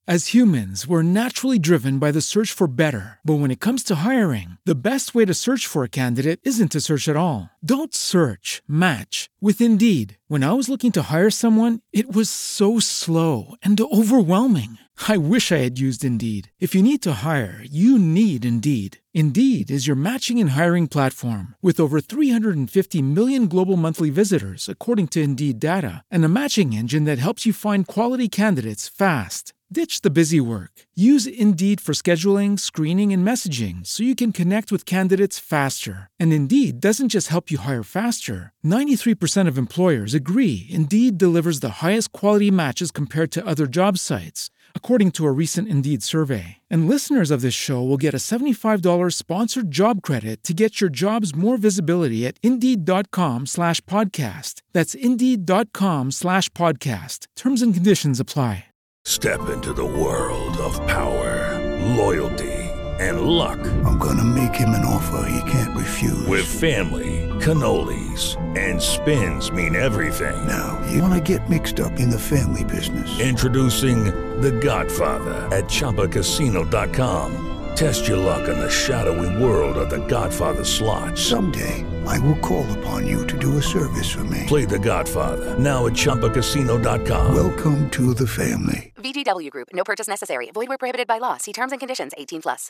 As humans, we're naturally driven by the search for better. But when it comes to hiring, the best way to search for a candidate isn't to search at all. Don't search, match with Indeed. When I was looking to hire someone, it was so slow and overwhelming. I wish I had used Indeed. If you need to hire, you need Indeed. Indeed is your matching and hiring platform with over 350 million global monthly visitors, according to Indeed data, and a matching engine that helps you find quality candidates fast. Ditch the busy work. Use Indeed for scheduling, screening, and messaging so you can connect with candidates faster. And Indeed doesn't just help you hire faster. 93% of employers agree Indeed delivers the highest quality matches compared to other job sites, according to a recent Indeed survey. And listeners of this show will get a $75 sponsored job credit to get your jobs more visibility at Indeed.com/podcast. That's Indeed.com/podcast. Terms and conditions apply. Step into the world of power, loyalty, and luck. I'm gonna make him an offer he can't refuse. With family, cannolis, and spins mean everything. Now, you wanna get mixed up in the family business. Introducing The Godfather at ChumbaCasino.com. Test your luck in the shadowy world of The Godfather slot. Someday, I will call upon you to do a service for me. Play The Godfather now at ChumbaCasino.com. Welcome to the family. VGW Group. No purchase necessary. Void where prohibited by law. See terms and conditions. 18+.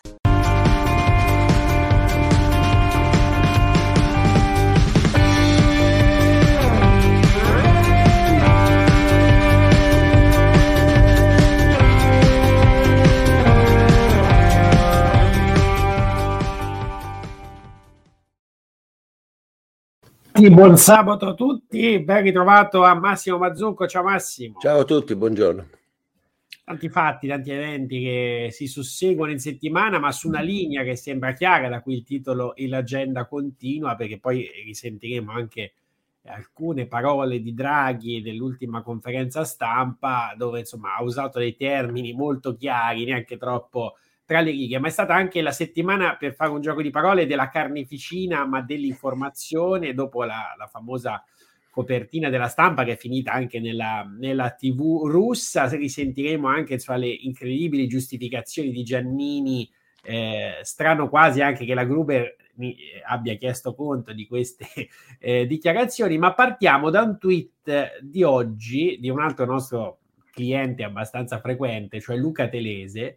Buon sabato a tutti, ben ritrovato a Massimo Mazzucco. Ciao Massimo. Ciao a tutti, buongiorno. Tanti fatti, tanti eventi che si susseguono in settimana, ma su una linea che sembra chiara, da cui il titolo e l'agenda continua, perché poi risentiremo anche alcune parole di Draghi dell'ultima conferenza stampa, dove insomma ha usato dei termini molto chiari, neanche troppo tra le righe, ma è stata anche la settimana, per fare un gioco di parole, della carneficina, ma dell'informazione, dopo la famosa copertina della Stampa che è finita anche nella TV russa. Risentiremo anche le incredibili giustificazioni di Giannini, strano quasi anche che la Gruber abbia chiesto conto di queste dichiarazioni, ma partiamo da un tweet di oggi di un altro nostro cliente abbastanza frequente, cioè Luca Telese,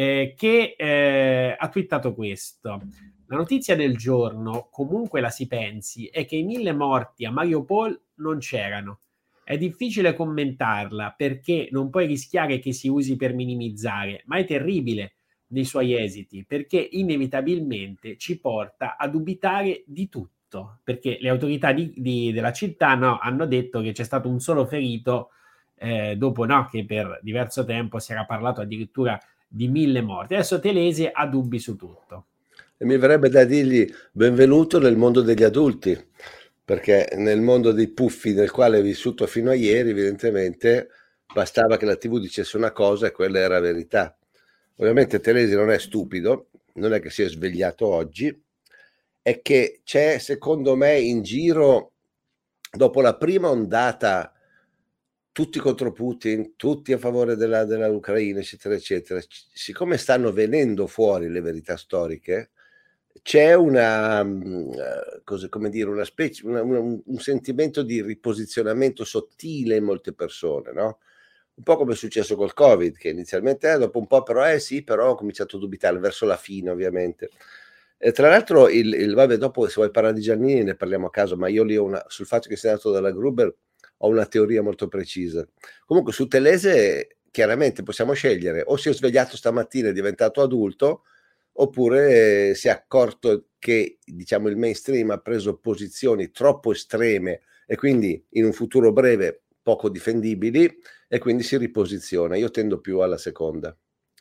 che ha twittato questo: la notizia del giorno, comunque la si pensi, è che i 1000 morti a Mariupol non c'erano. È difficile commentarla perché non puoi rischiare che si usi per minimizzare, ma è terribile nei suoi esiti, perché inevitabilmente ci porta a dubitare di tutto, perché le autorità della città hanno detto che c'è stato un solo ferito, dopo che per diverso tempo si era parlato addirittura di 1000 morti. Adesso Telese ha dubbi su tutto. E mi verrebbe da dirgli benvenuto nel mondo degli adulti, perché nel mondo dei puffi nel quale è vissuto fino a ieri, evidentemente bastava che la TV dicesse una cosa e quella era verità. Ovviamente Telese non è stupido, non è che si è svegliato oggi, è che c'è, secondo me, in giro, dopo la prima ondata, tutti contro Putin, tutti a favore dell'Ucraina, eccetera, eccetera. Siccome stanno venendo fuori le verità storiche, c'è un sentimento di riposizionamento sottile in molte persone, no? Un po' come è successo col Covid, che inizialmente dopo un po' però ho cominciato a dubitare verso la fine, ovviamente. Tra l'altro, vabbè, dopo se vuoi parlare di Giannini ne parliamo a caso, ma io lì sul fatto che sia andato dalla Gruber ho una teoria molto precisa. Comunque su Telese chiaramente possiamo scegliere: o si è svegliato stamattina e è diventato adulto, oppure si è accorto che, diciamo, il mainstream ha preso posizioni troppo estreme e quindi in un futuro breve poco difendibili, e quindi si riposiziona. Io tendo più alla seconda.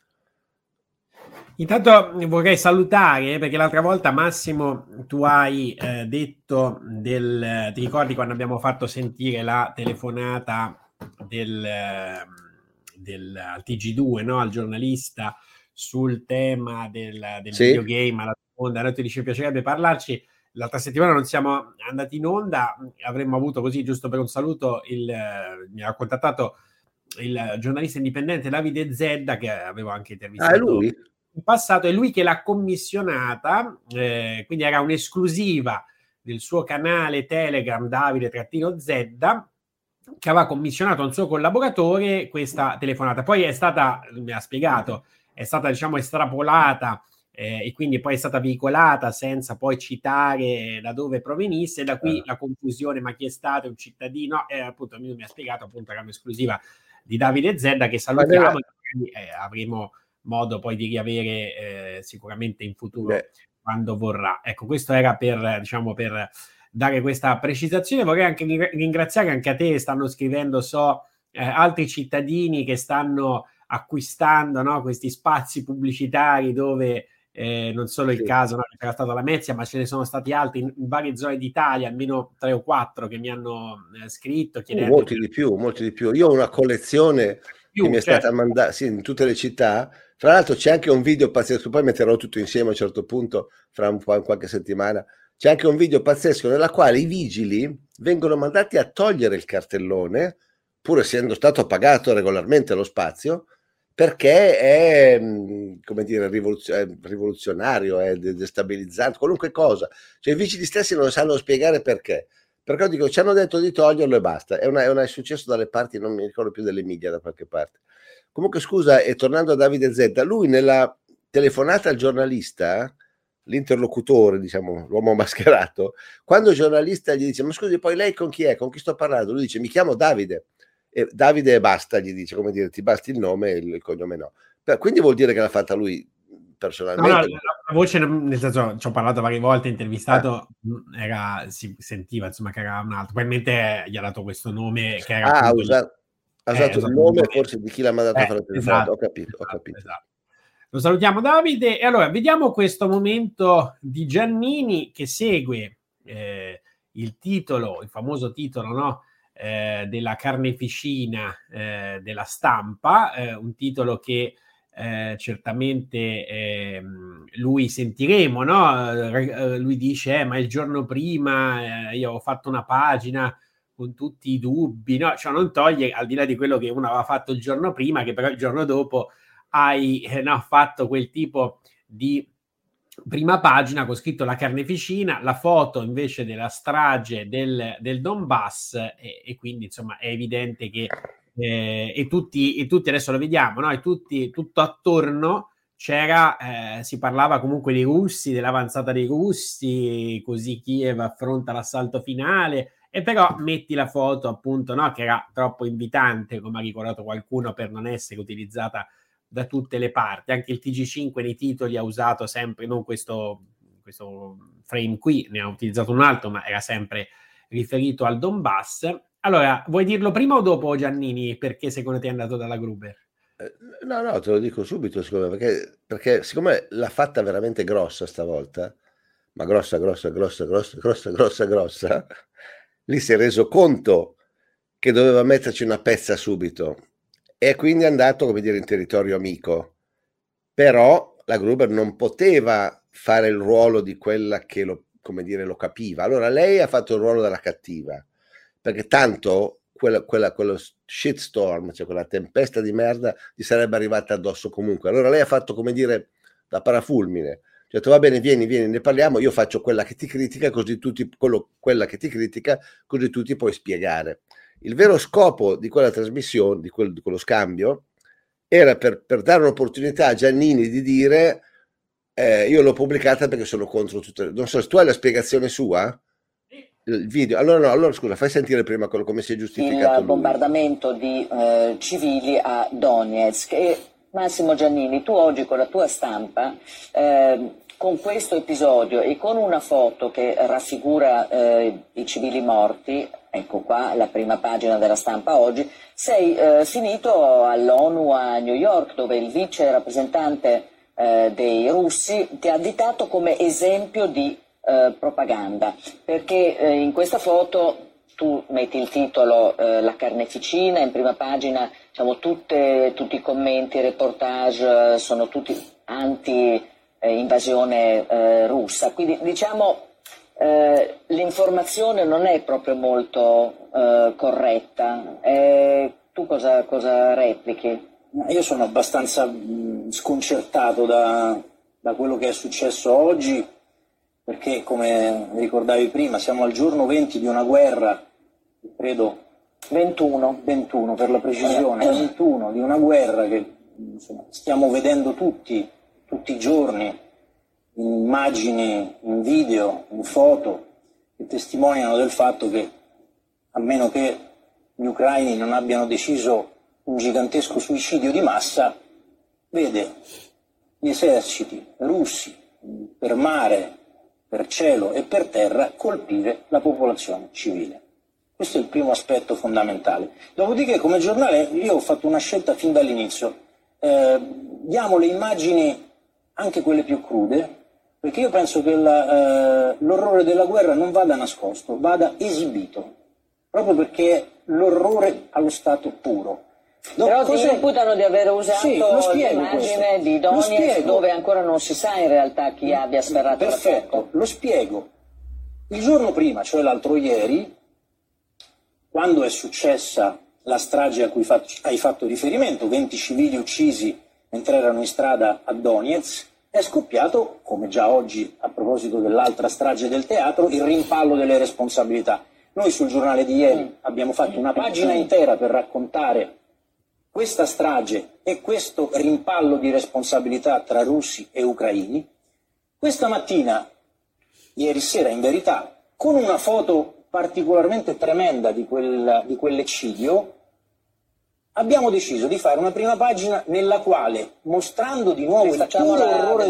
Intanto vorrei salutare, perché l'altra volta, Massimo, tu hai detto ti ricordi quando abbiamo fatto sentire la telefonata al TG2, no? Al giornalista, sul tema del Sì. videogame alla seconda, no? Ti dice piacerebbe parlarci. L'altra settimana non siamo andati in onda, avremmo avuto, così giusto per un saluto, mi ha contattato il giornalista indipendente Davide Zedda, che avevo anche Ah, è intervistato lui? in passato, è lui che l'ha commissionata, quindi era un'esclusiva del suo canale Telegram Davide-Zedda, che aveva commissionato a un suo collaboratore questa telefonata. Poi è stata, mi ha spiegato, è stata diciamo estrapolata e quindi poi è stata veicolata senza poi citare da dove provenisse, da qui la confusione, ma chi è stato, un cittadino, appunto mi ha spiegato, appunto era un'esclusiva di Davide Zedda, che salutiamo, e avremo modo poi di riavere sicuramente in futuro quando vorrà. Ecco, questo era per, diciamo, per dare questa precisazione. Vorrei anche ringraziare anche a te, stanno scrivendo altri cittadini che stanno acquistando, no, questi spazi pubblicitari dove non solo il caso, no, che era stata la Lamezia, ma ce ne sono stati altri in varie zone d'Italia, almeno 3 o 4 che mi hanno scritto chiedendo molti di più. Io ho una collezione che mi è stata mandata in tutte le città. Fra l'altro c'è anche un video pazzesco, poi metterò tutto insieme a un certo punto fra un po', in qualche settimana. C'è anche un video pazzesco nella quale i vigili vengono mandati a togliere il cartellone, pur essendo stato pagato regolarmente lo spazio, perché è, come dire, rivoluzionario, è destabilizzante, qualunque cosa. Cioè i vigili stessi non sanno spiegare perché. Perché dico, ci hanno detto di toglierlo e basta. È successo dalle parti, non mi ricordo più, dell'Emilia, da qualche parte. Comunque scusa, e tornando a Davide Zedda, lui nella telefonata al giornalista, l'interlocutore, diciamo, l'uomo mascherato, quando il giornalista gli dice: ma scusi, poi lei con chi è? Con chi sto parlando? Lui dice: mi chiamo Davide. E Davide e basta, gli dice, come dire, ti basti il nome e il cognome no. Quindi vuol dire che l'ha fatta lui personalmente? No, la voce, nel senso, ci ho parlato varie volte, intervistato, si sentiva insomma che era un altro, probabilmente gli ha dato questo nome che era ha usato il nome forse di chi l'ha mandato a fare il telefonato. Esatto, ho capito. Esatto. Lo salutiamo Davide, e allora vediamo questo momento di Giannini che segue il famoso titolo, no? Della carneficina della Stampa, un titolo che certamente lui sentiremo, no? Lui dice ma il giorno prima io ho fatto una pagina con tutti i dubbi, no? Cioè non toglie, al di là di quello che uno aveva fatto il giorno prima, che però il giorno dopo hai fatto quel tipo di prima pagina con scritto la carneficina, la foto invece della strage del Donbass, e quindi insomma è evidente che e tutti adesso lo vediamo, no? E tutto attorno c'era, si parlava comunque dei russi, dell'avanzata dei russi, così Kiev affronta l'assalto finale, e però metti la foto appunto, no? Che era troppo invitante, come ha ricordato qualcuno, per non essere utilizzata da tutte le parti. Anche il TG5 nei titoli ha usato sempre non questo frame qui, ne ha utilizzato un altro, ma era sempre riferito al Donbass. Allora, vuoi dirlo prima o dopo, Giannini, perché secondo te è andato dalla Gruber? No, te lo dico subito, secondo me, perché siccome l'ha fatta veramente grossa stavolta, ma grossa, lì si è reso conto che doveva metterci una pezza subito, e quindi è andato, come dire, in territorio amico. Però la Gruber non poteva fare il ruolo di quella che lo capiva. Allora lei ha fatto il ruolo della cattiva, perché tanto quello shitstorm, cioè quella tempesta di merda, gli sarebbe arrivata addosso comunque. Allora lei ha fatto, come dire, da parafulmine. Cioè, va bene, vieni, ne parliamo, io faccio quella che ti critica, così quella che ti critica, così tu ti puoi spiegare. Il vero scopo di quella trasmissione, di quello scambio, era per dare un'opportunità a Giannini di dire io l'ho pubblicata perché sono contro tutte. Non so se tu hai la spiegazione sua, il video. Allora scusa, fai sentire prima come si è giustificato il bombardamento di civili a Donetsk. E Massimo Giannini, tu oggi con la tua Stampa, con questo episodio e con una foto che raffigura i civili morti, ecco qua la prima pagina della Stampa oggi, sei finito all'ONU a New York, dove il vice rappresentante dei russi ti ha additato come esempio di propaganda, perché in questa foto tu metti il titolo la carneficina, in prima pagina diciamo tutti i commenti, i reportage sono tutti anti-invasione russa, quindi diciamo l'informazione non è proprio molto corretta. Tu cosa replichi? Io sono abbastanza sconcertato da quello che è successo oggi, perché come ricordavi prima siamo al giorno 20 di una guerra, credo 21 per la precisione, 21 di una guerra che insomma, stiamo vedendo tutti i giorni, in immagini, in video, in foto, che testimoniano del fatto che, a meno che gli ucraini non abbiano deciso un gigantesco suicidio di massa, vede gli eserciti russi per mare, per cielo e per terra colpire la popolazione civile. Questo è il primo aspetto fondamentale. Dopodiché, come giornale, io ho fatto una scelta fin dall'inizio. Diamo le immagini, anche quelle più crude, perché io penso che l'orrore della guerra non vada nascosto, vada esibito, proprio perché è l'orrore allo stato puro. Però ti imputano di aver usato l'immagine di Donetsk, dove ancora non si sa in realtà chi abbia sferrato la fuoco. Perfetto, lo spiego. Il giorno prima, cioè l'altro ieri, quando è successa la strage a cui hai fatto riferimento, 20 civili uccisi mentre erano in strada a Donetsk, è scoppiato, come già oggi a proposito dell'altra strage del teatro, il rimpallo delle responsabilità. Noi sul giornale di ieri abbiamo fatto una pagina intera per raccontare questa strage e questo rimpallo di responsabilità tra russi e ucraini. Questa mattina, ieri sera in verità, con una foto particolarmente tremenda di quell'eccidio, abbiamo deciso di fare una prima pagina nella quale, mostrando di nuovo il puro orrore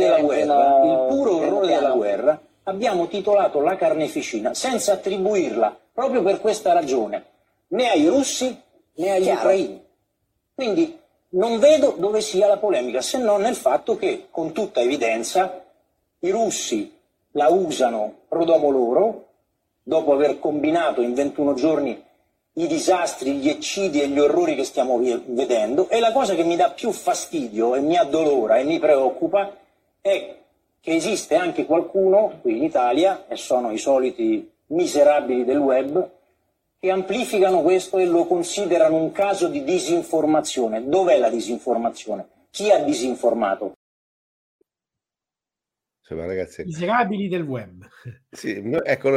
della guerra, abbiamo titolato La carneficina, senza attribuirla, proprio per questa ragione, né ai russi né agli ucraini. Quindi non vedo dove sia la polemica, se non nel fatto che, con tutta evidenza, i russi la usano pro domo loro, dopo aver combinato in 21 giorni i disastri, gli eccidi e gli orrori che stiamo vedendo, e la cosa che mi dà più fastidio e mi addolora e mi preoccupa è che esiste anche qualcuno qui in Italia, e sono i soliti miserabili del web, che amplificano questo e lo considerano un caso di disinformazione. Dov'è la disinformazione? Chi ha disinformato? Insomma, ragazzi, miserabili del web. Sì, ecco,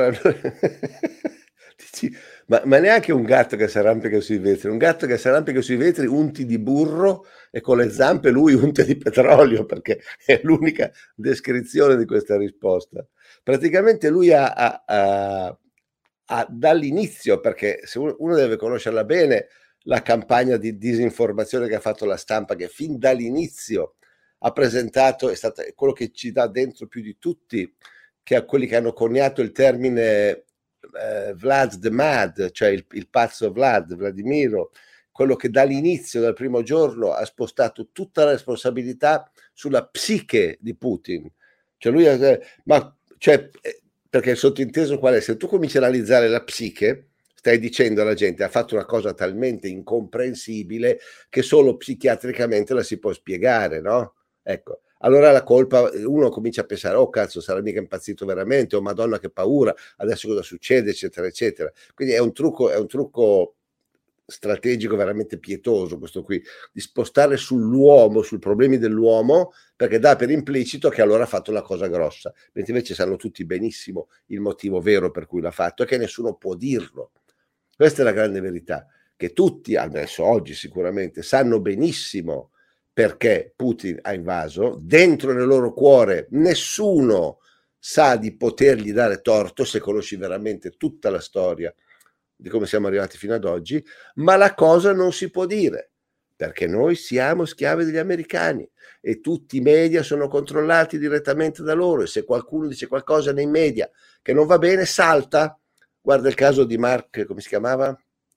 ma neanche un gatto che si arrampica sui vetri, un gatto che si arrampica sui vetri unti di burro e con le zampe lui unti di petrolio, perché è l'unica descrizione di questa risposta. Praticamente lui ha dall'inizio, perché se uno deve conoscerla bene, la campagna di disinformazione che ha fatto la stampa, che fin dall'inizio ha presentato, è stata quello che ci dà dentro più di tutti, che a quelli che hanno coniato il termine Vlad the Mad, cioè il pazzo Vladimiro, quello che dall'inizio, dal primo giorno, ha spostato tutta la responsabilità sulla psiche di Putin. Cioè lui, perché il sottinteso qual è? Se tu cominci a analizzare la psiche, stai dicendo alla gente ha fatto una cosa talmente incomprensibile che solo psichiatricamente la si può spiegare, no? Ecco, allora la colpa, uno comincia a pensare, oh cazzo, sarà mica impazzito veramente, oh madonna che paura, adesso cosa succede, eccetera, eccetera. Quindi è un trucco strategico veramente pietoso questo qui, di spostare sull'uomo, sui problemi dell'uomo, perché dà per implicito che allora ha fatto la cosa grossa, mentre invece sanno tutti benissimo il motivo vero per cui l'ha fatto e che nessuno può dirlo. Questa è la grande verità, che tutti, adesso oggi sicuramente, sanno benissimo perché Putin ha invaso, dentro nel loro cuore nessuno sa di potergli dare torto se conosci veramente tutta la storia di come siamo arrivati fino ad oggi, ma la cosa non si può dire, perché noi siamo schiavi degli americani e tutti i media sono controllati direttamente da loro, e se qualcuno dice qualcosa nei media che non va bene, salta. Guarda il caso di Mark, come si chiamava?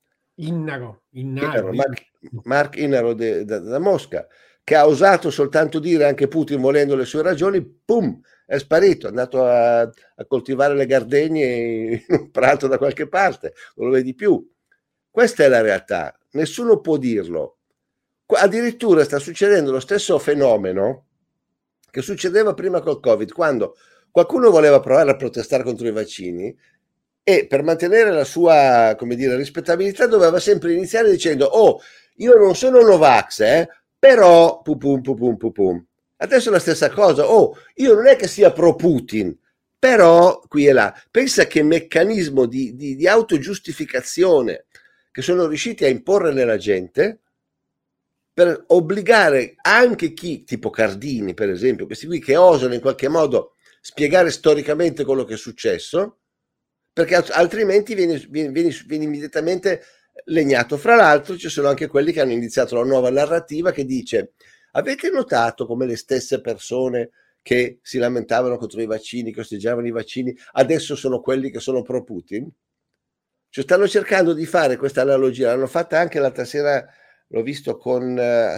Mark Innaro da Mosca, che ha osato soltanto dire, anche Putin volendo le sue ragioni, pum, è sparito, è andato a coltivare le gardegne in un prato da qualche parte, non lo vedi più. Questa è la realtà, nessuno può dirlo. Addirittura sta succedendo lo stesso fenomeno che succedeva prima col Covid, quando qualcuno voleva provare a protestare contro i vaccini e per mantenere la sua, come dire, rispettabilità doveva sempre iniziare dicendo: oh, io non sono Novax, però pum. Adesso è la stessa cosa. Io non è che sia pro Putin, però qui e là. Pensa che meccanismo di autogiustificazione che sono riusciti a imporre nella gente per obbligare anche chi, tipo Cardini per esempio, questi qui che osano in qualche modo spiegare storicamente quello che è successo, perché altrimenti vieni immediatamente legnato. Fra l'altro ci sono anche quelli che hanno iniziato la nuova narrativa che dice: avete notato come le stesse persone che si lamentavano contro i vaccini, che osteggiavano i vaccini, adesso sono quelli che sono pro Putin? Cioè stanno cercando di fare questa analogia, l'hanno fatta anche l'altra sera, l'ho visto con,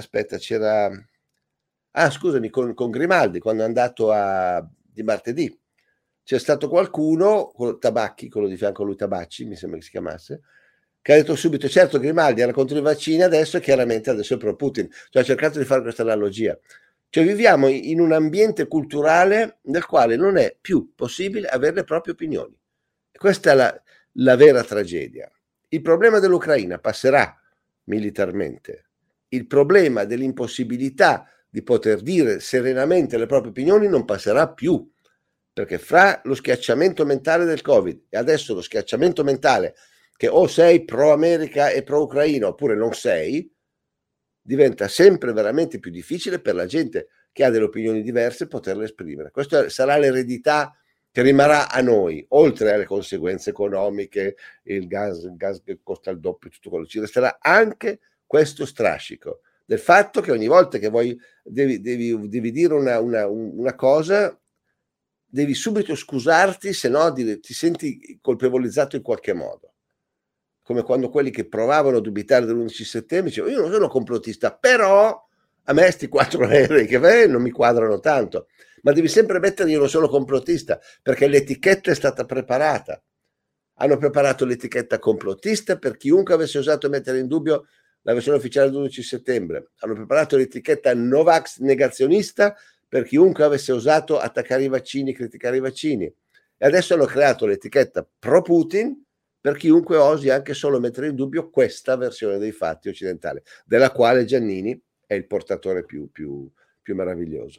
con Grimaldi, quando è andato di martedì. C'è stato qualcuno, Tabacchi, quello di fianco a lui, Tabacci, mi sembra che si chiamasse, che ha detto subito, certo Grimaldi era contro i vaccini adesso e chiaramente adesso è pro Putin. Cioè ha cercato di fare questa analogia. Cioè viviamo in un ambiente culturale nel quale non è più possibile avere le proprie opinioni. E questa è la vera tragedia. Il problema dell'Ucraina passerà militarmente. Il problema dell'impossibilità di poter dire serenamente le proprie opinioni non passerà più, perché fra lo schiacciamento mentale del Covid e adesso lo schiacciamento mentale che o sei pro America e pro Ucraina oppure non sei, diventa sempre veramente più difficile per la gente che ha delle opinioni diverse poterle esprimere. Questa sarà l'eredità che rimarrà a noi, oltre alle conseguenze economiche, il gas che costa il doppio, tutto quello, ci resterà anche questo strascico del fatto che ogni volta che devi dire una cosa, devi subito scusarti, se no ti senti colpevolizzato in qualche modo. Come quando quelli che provavano a dubitare dell'11 settembre dicevano: io non sono complottista, però a me sti 4 aerei che non mi quadrano tanto. Ma devi sempre mettere io non sono complottista, perché l'etichetta è stata preparata. Hanno preparato l'etichetta complottista per chiunque avesse osato mettere in dubbio la versione ufficiale dell'11 settembre. Hanno preparato l'etichetta Novax negazionista per chiunque avesse osato attaccare i vaccini, criticare i vaccini. E adesso hanno creato l'etichetta pro Putin per chiunque osi anche solo mettere in dubbio questa versione dei fatti occidentali, della quale Giannini è il portatore più meraviglioso.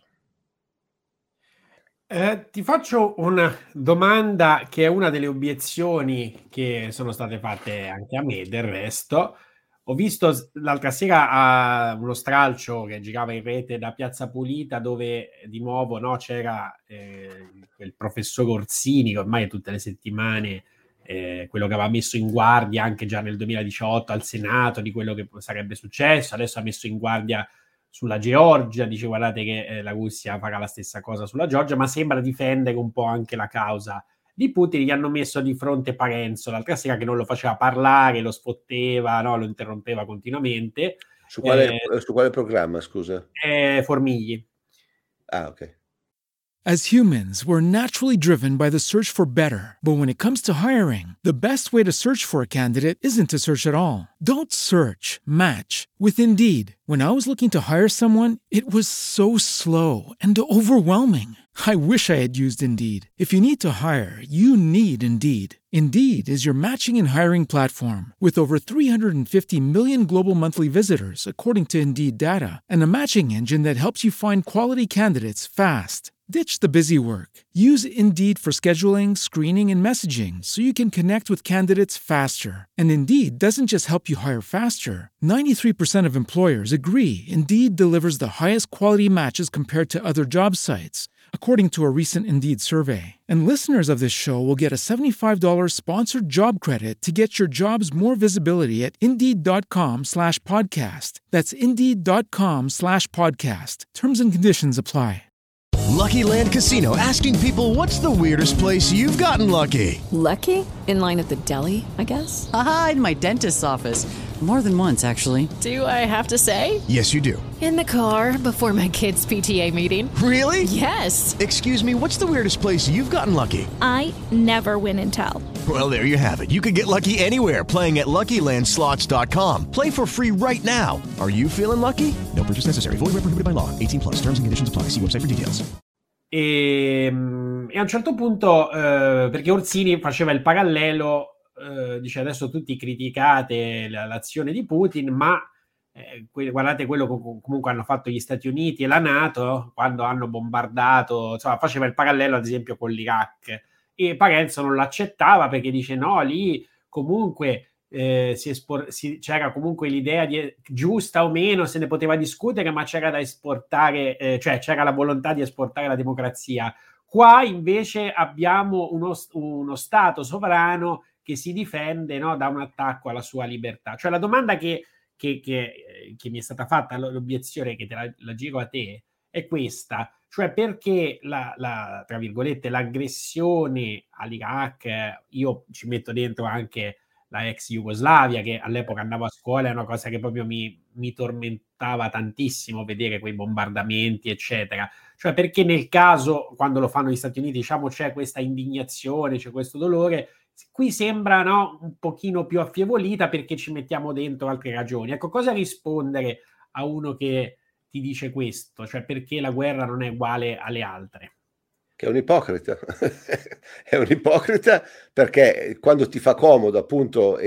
Ti faccio una domanda che è una delle obiezioni che sono state fatte anche a me, del resto. Ho visto l'altra sera uno stralcio che girava in rete da Piazza Pulita, dove di nuovo c'era quel professor Orsini, che ormai tutte le settimane quello che aveva messo in guardia anche già nel 2018 al Senato di quello che sarebbe successo, adesso ha messo in guardia sulla Georgia, dice guardate che la Russia farà la stessa cosa sulla Georgia, ma sembra difendere un po' anche la causa di Putin. Gli hanno messo di fronte Parenzo l'altra sera, che non lo faceva parlare, lo sfotteva, lo interrompeva continuamente. Su quale programma, scusa? Formigli. Ah, ok. As humans, we're naturally driven by the search for better. But when it comes to hiring, the best way to search for a candidate isn't to search at all. Don't search, match with Indeed. When I was looking to hire someone, it was so slow and overwhelming. I wish I had used Indeed. If you need to hire, you need Indeed. Indeed is your matching and hiring platform with over 350 million global monthly visitors, according to Indeed data, and a matching engine that helps you find quality candidates fast. Ditch the busy work. Use Indeed for scheduling, screening, and messaging so you can connect with candidates faster. And Indeed doesn't just help you hire faster. 93% of employers agree Indeed delivers the highest quality matches compared to other job sites, according to a recent Indeed survey. And listeners of this show will get a $75 sponsored job credit to get your jobs more visibility at Indeed.com/podcast. That's Indeed.com/podcast. Terms and conditions apply. Lucky Land Casino, asking people, what's the weirdest place you've gotten lucky? Lucky? In line at the deli, I guess? Aha, in my dentist's office. More than once, actually. Do I have to say? Yes, you do. In the car before my kids' PTA meeting. Really? Yes. Excuse me, what's the weirdest place you've gotten lucky? I never win and tell. Well, there you have it. You can get lucky anywhere, playing at LuckyLandSlots.com. Play for free right now. Are you feeling lucky? No purchase necessary. Void where prohibited by law. 18+. Terms and conditions apply. See website for details. E a un certo punto, perché Orsini faceva il parallelo, dice adesso tutti criticate l'azione di Putin, ma guardate quello che comunque hanno fatto gli Stati Uniti e la NATO quando hanno bombardato, insomma, faceva il parallelo ad esempio con l'Iraq, e Parenzo non l'accettava perché dice no, lì comunque c'era comunque l'idea giusta o meno, se ne poteva discutere, ma c'era da esportare, cioè c'era la volontà di esportare la democrazia. Qua invece abbiamo uno Stato sovrano che si difende, no, da un attacco alla sua libertà. Cioè la domanda che mi è stata fatta, l'obiezione che la giro a te, è questa: cioè perché tra virgolette l'aggressione all'Iraq, io ci metto dentro anche la ex Jugoslavia, che all'epoca andavo a scuola, è una cosa che proprio mi tormentava tantissimo vedere quei bombardamenti eccetera, cioè perché nel caso, quando lo fanno gli Stati Uniti, diciamo, c'è questa indignazione, c'è questo dolore, qui sembra, no, un pochino più affievolita perché ci mettiamo dentro altre ragioni. Ecco, cosa rispondere a uno che ti dice questo? Cioè perché la guerra non è uguale alle altre? Che è un ipocrita. È un ipocrita perché quando ti fa comodo appunto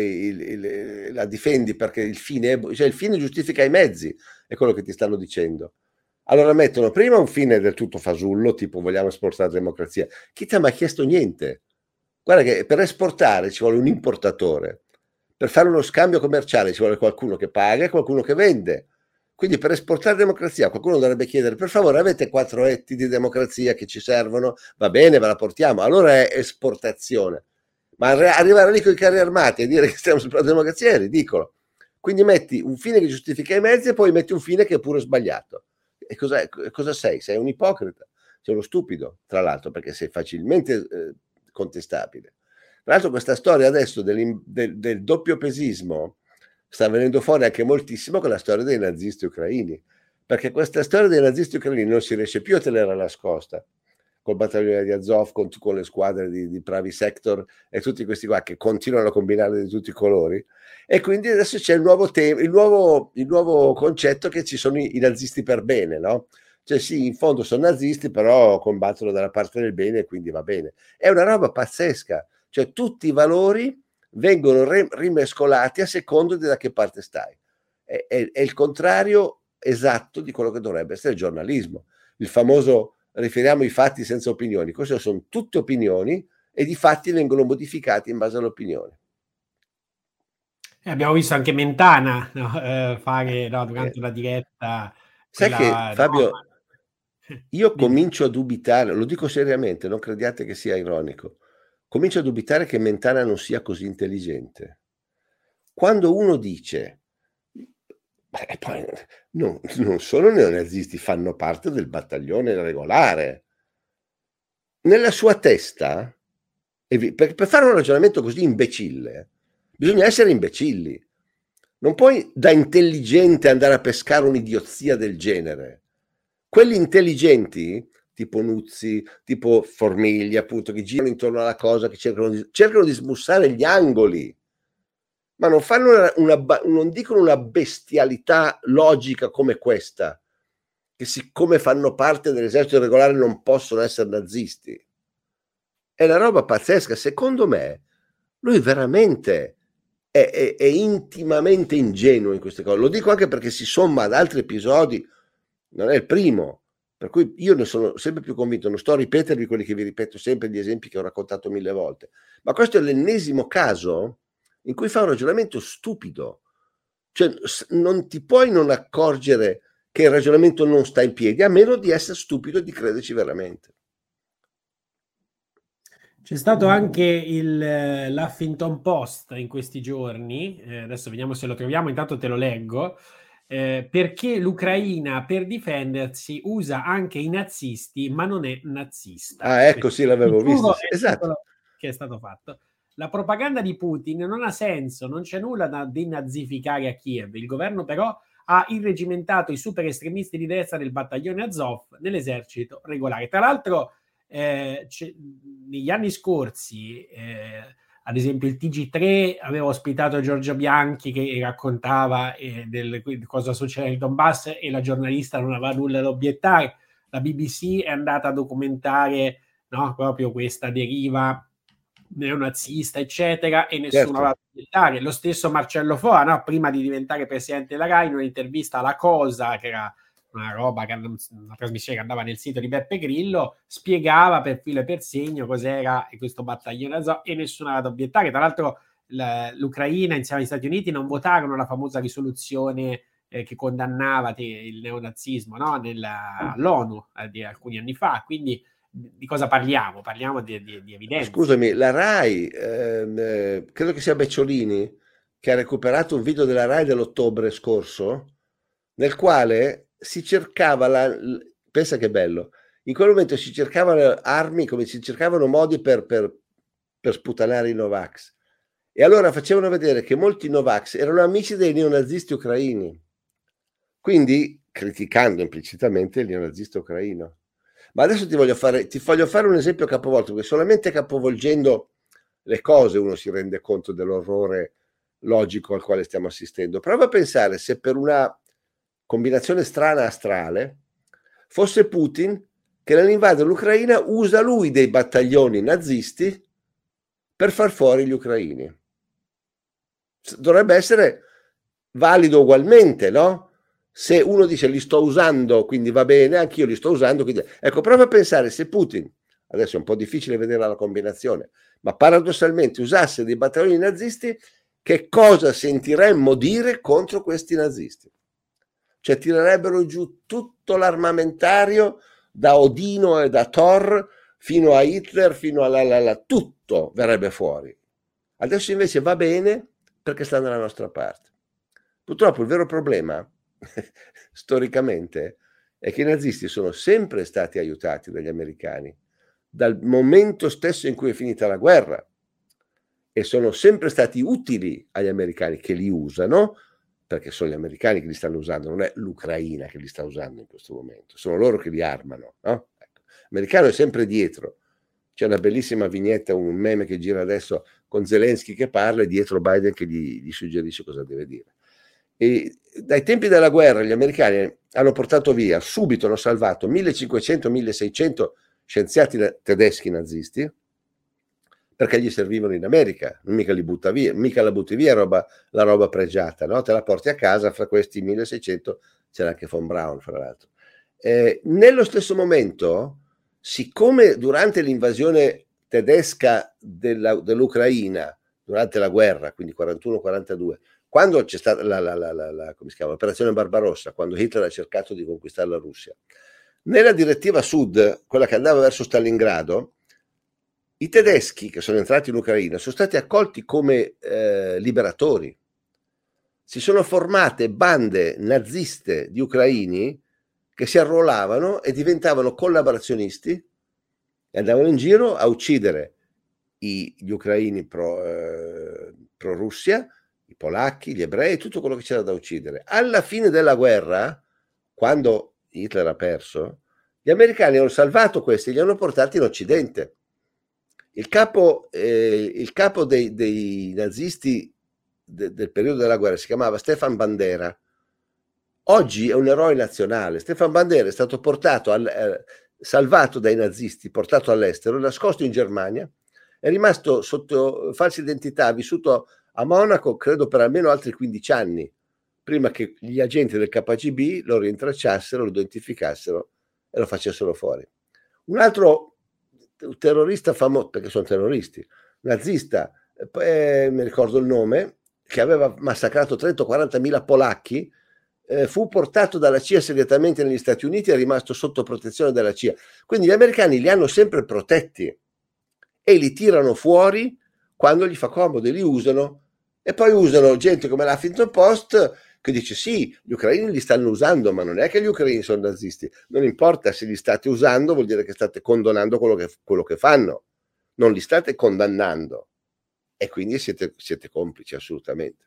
la difendi perché il fine giustifica i mezzi, è quello che ti stanno dicendo. Allora mettono prima un fine del tutto fasullo, tipo vogliamo esportare la democrazia. Chi ti ha mai chiesto niente? Guarda che per esportare ci vuole un importatore, per fare uno scambio commerciale ci vuole qualcuno che paga e qualcuno che vende. Quindi per esportare democrazia qualcuno dovrebbe chiedere: per favore, avete 4 etti di democrazia che ci servono? Va bene, ve la portiamo. Allora è esportazione. Ma arrivare lì con i carri armati e dire che stiamo esportando democrazia è ridicolo. Quindi metti un fine che giustifica i mezzi e poi metti un fine che è pure sbagliato. E cosa sei? Sei un ipocrita, sei uno stupido, tra l'altro, perché sei facilmente contestabile. Tra l'altro questa storia adesso del doppiopesismo sta venendo fuori anche moltissimo con la storia dei nazisti ucraini, perché questa storia dei nazisti ucraini non si riesce più a tenere nascosta, col battaglione di Azov, con le squadre di Pravi Sector e tutti questi qua che continuano a combinare di tutti i colori, e quindi adesso c'è il nuovo tema, il nuovo concetto che ci sono i nazisti per bene, no? Cioè sì, in fondo sono nazisti, però combattono dalla parte del bene e quindi va bene. È una roba pazzesca, cioè tutti i valori vengono rimescolati a secondo di da che parte stai. È il contrario esatto di quello che dovrebbe essere il giornalismo. Il famoso riferiamo i fatti senza opinioni. Queste sono tutte opinioni e i fatti vengono modificati in base alle opinioni. Abbiamo visto anche Mentana fare durante una diretta. Sai che Fabio, io comincio a dubitare, lo dico seriamente, non crediate che sia ironico. Comincio a dubitare che Mentana non sia così intelligente. Quando uno dice poi non sono neonazisti, fanno parte del battaglione regolare, nella sua testa, per fare un ragionamento così imbecille bisogna essere imbecilli. Non puoi da intelligente andare a pescare un'idiozia del genere. Quelli intelligenti, tipo Nuzzi, tipo Formiglia, appunto, che girano intorno alla cosa, che cercano di smussare gli angoli, ma non fanno non dicono una bestialità logica come questa, che siccome fanno parte dell'esercito regolare non possono essere nazisti. È una roba pazzesca. Secondo me lui veramente è intimamente ingenuo in queste cose. Lo dico anche perché si somma ad altri episodi, non è il primo, per cui io ne sono sempre più convinto. Non sto a ripetervi quelli che vi ripeto sempre, gli esempi che ho raccontato 1000 volte, ma questo è l'ennesimo caso in cui fa un ragionamento stupido. Cioè non ti puoi non accorgere che il ragionamento non sta in piedi, a meno di essere stupido e di crederci veramente. C'è stato anche l'Huffington Post in questi giorni, adesso vediamo se lo troviamo, intanto te lo leggo, perché l'Ucraina per difendersi usa anche i nazisti, ma non è nazista. Ah, ecco, sì, l'avevo visto. Esatto. Che è stato fatto. La propaganda di Putin non ha senso, non c'è nulla da denazificare a Kiev. Il governo però ha irregimentato i super estremisti di destra del battaglione Azov nell'esercito regolare. Tra l'altro negli anni scorsi ad esempio il TG3 aveva ospitato Giorgio Bianchi che raccontava cosa succede nel Donbass e la giornalista non aveva nulla da obiettare. La BBC è andata a documentare, no, proprio questa deriva neonazista, eccetera, e nessuno va a obiettare. Lo stesso Marcello Foa, no? Prima di diventare presidente della Rai, in un'intervista alla Cosa, che era una roba, una trasmissione che andava nel sito di Beppe Grillo, spiegava per filo e per segno cos'era questo battaglione azov e nessuno va ad obiettare. Tra l'altro l'Ucraina insieme agli Stati Uniti non votarono la famosa risoluzione che condannava il neonazismo, no? all'ONU di alcuni anni fa, quindi di cosa parliamo? Parliamo di evidenza. Scusami, la Rai, credo che sia Becciolini, che ha recuperato un video della Rai dell'ottobre scorso, nel quale si cercava pensa che bello, in quel momento si cercavano armi, come si cercavano modi per sputanare i Novax, e allora facevano vedere che molti Novax erano amici dei neonazisti ucraini, quindi criticando implicitamente il neonazista ucraino. Ma adesso ti voglio fare un esempio capovolto, perché solamente capovolgendo le cose uno si rende conto dell'orrore logico al quale stiamo assistendo. Prova a pensare se per una combinazione strana astrale fosse Putin che nell'invadere l'Ucraina usa lui dei battaglioni nazisti per far fuori gli ucraini. Dovrebbe essere valido ugualmente, no? Se uno dice li sto usando, quindi va bene, anch'io li sto usando, quindi... Ecco, prova a pensare se Putin, adesso è un po' difficile vedere la combinazione, ma paradossalmente usasse dei battaglioni nazisti, che cosa sentiremmo dire contro questi nazisti? Cioè tirerebbero giù tutto l'armamentario da Odino e da Thor fino a Hitler, fino a tutto verrebbe fuori. Adesso invece va bene perché sta dalla nostra parte. Purtroppo il vero problema storicamente è che i nazisti sono sempre stati aiutati dagli americani dal momento stesso in cui è finita la guerra, e sono sempre stati utili agli americani, che li usano, perché sono gli americani che li stanno usando, non è l'Ucraina che li sta usando in questo momento, sono loro che li armano, no? Ecco. L'americano è sempre dietro. C'è una bellissima vignetta, un meme che gira adesso con Zelensky che parla e dietro Biden che gli suggerisce cosa deve dire. E dai tempi della guerra gli americani hanno portato via, subito hanno salvato 1500-1600 scienziati tedeschi nazisti, perché gli servivano in America, mica li butta via, mica la butti via la roba pregiata, no? Te la porti a casa, fra questi 1600 c'era anche von Braun, fra l'altro. Nello stesso momento, siccome durante l'invasione tedesca dell'Ucraina, durante la guerra, quindi 41-42, quando c'è stata come si chiama, l'operazione Barbarossa, quando Hitler ha cercato di conquistare la Russia, nella direttiva sud, quella che andava verso Stalingrado, i tedeschi che sono entrati in Ucraina sono stati accolti come liberatori. Si sono formate bande naziste di ucraini che si arruolavano e diventavano collaborazionisti e andavano in giro a uccidere gli ucraini pro Russia, i polacchi, gli ebrei, tutto quello che c'era da uccidere. Alla fine della guerra, quando Hitler ha perso, gli americani hanno salvato questi e li hanno portati in Occidente. Il capo dei nazisti del periodo della guerra si chiamava Stefan Bandera. Oggi è un eroe nazionale. Stefan Bandera è stato salvato dai nazisti, portato all'estero, nascosto in Germania, è rimasto sotto falsa identità, ha vissuto a Monaco credo per almeno altri 15 anni, prima che gli agenti del KGB lo rintracciassero, lo identificassero e lo facessero fuori. Un altro terrorista famoso, perché sono terroristi, nazista, mi ricordo il nome, che aveva massacrato 30-40 mila polacchi, fu portato dalla CIA segretamente negli Stati Uniti e è rimasto sotto protezione della CIA. Quindi gli americani li hanno sempre protetti e li tirano fuori quando gli fa comodo, li usano, e poi usano gente come l'Huffington Post che dice sì, gli ucraini li stanno usando, ma non è che gli ucraini sono nazisti, non importa se li state usando, vuol dire che state condonando quello che fanno, non li state condannando, e quindi siete complici assolutamente.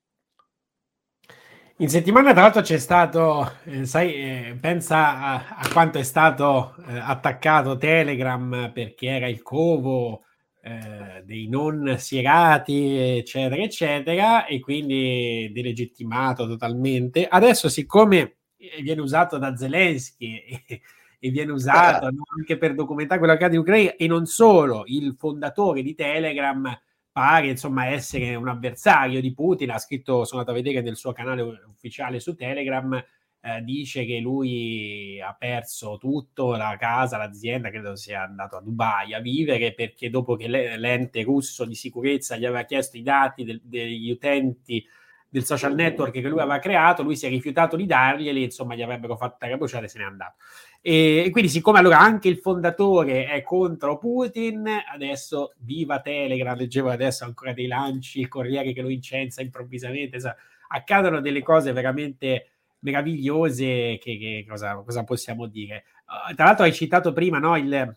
In settimana tra l'altro c'è stato, pensa a quanto è stato attaccato Telegram perché era il covo dei non sierati, eccetera, eccetera, e quindi delegittimato totalmente. Adesso, siccome viene usato da Zelensky e viene usato anche per documentare quello che accade in Ucraina. E non solo, il fondatore di Telegram pare insomma essere un avversario di Putin, ha scritto, sono andato a vedere nel suo canale ufficiale su Telegram, dice che lui ha perso tutto, la casa, l'azienda, credo sia andato a Dubai a vivere, perché dopo che l'ente russo di sicurezza gli aveva chiesto i dati degli utenti del social network che lui aveva creato, lui si è rifiutato di darglieli, insomma gli avrebbero fatto terra bruciata e se n'è andato. E quindi, siccome allora anche il fondatore è contro Putin, adesso viva Telegram, leggevo adesso ancora dei lanci, il Corriere che lo incensa improvvisamente, accadono delle cose veramente meravigliose che cosa possiamo dire. Tra l'altro hai citato prima, no, il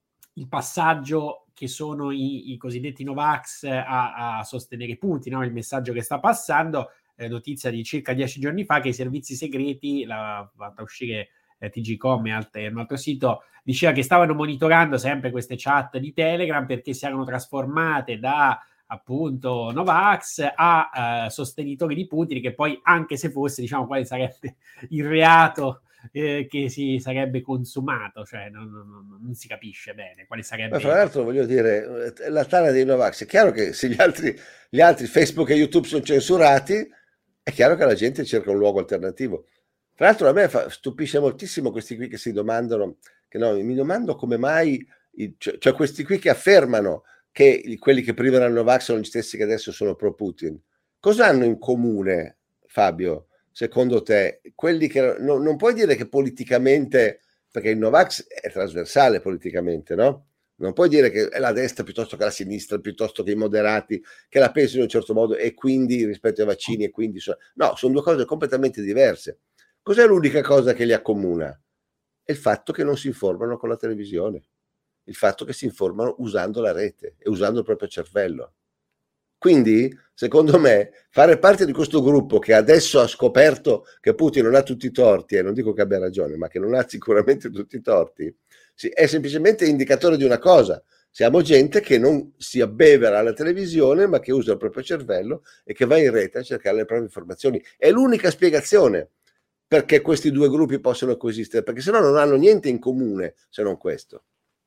passaggio che sono i cosiddetti Novax a sostenere Putin, no? Il messaggio che sta passando, notizia di circa 10 giorni fa, che i servizi segreti, l'ha fatta uscire TGcom e un altro sito, diceva che stavano monitorando sempre queste chat di Telegram perché si erano trasformate da appunto Novax a sostenitori di Putin, che poi, anche se fosse, diciamo, quale sarebbe il reato che si sarebbe consumato, cioè non si capisce bene quale sarebbe. Ma fra l'altro, voglio dire, la tana dei Novax, è chiaro che se gli altri Facebook e YouTube sono censurati, è chiaro che la gente cerca un luogo alternativo. Tra l'altro a me stupisce moltissimo questi qui che si domandano, mi domando come mai, cioè questi qui che affermano che quelli che prima erano Novax sono gli stessi che adesso sono pro Putin. Cosa hanno in comune, Fabio, secondo te? Quelli che non puoi dire che politicamente, perché il Novax è trasversale politicamente, no? Non puoi dire che è la destra piuttosto che la sinistra, piuttosto che i moderati, che la pensano in un certo modo e quindi rispetto ai vaccini e quindi... No, sono due cose completamente diverse. Cos'è l'unica cosa che li accomuna? È il fatto che non si informano con la televisione, il fatto che si informano usando la rete e usando il proprio cervello. Quindi, secondo me, fare parte di questo gruppo che adesso ha scoperto che Putin non ha tutti i torti, e non dico che abbia ragione, ma che non ha sicuramente tutti i torti, è semplicemente indicatore di una cosa: siamo gente che non si abbevera alla televisione, ma che usa il proprio cervello e che va in rete a cercare le proprie informazioni. È l'unica spiegazione perché questi due gruppi possono coesistere, perché sennò non hanno niente in comune se non questo.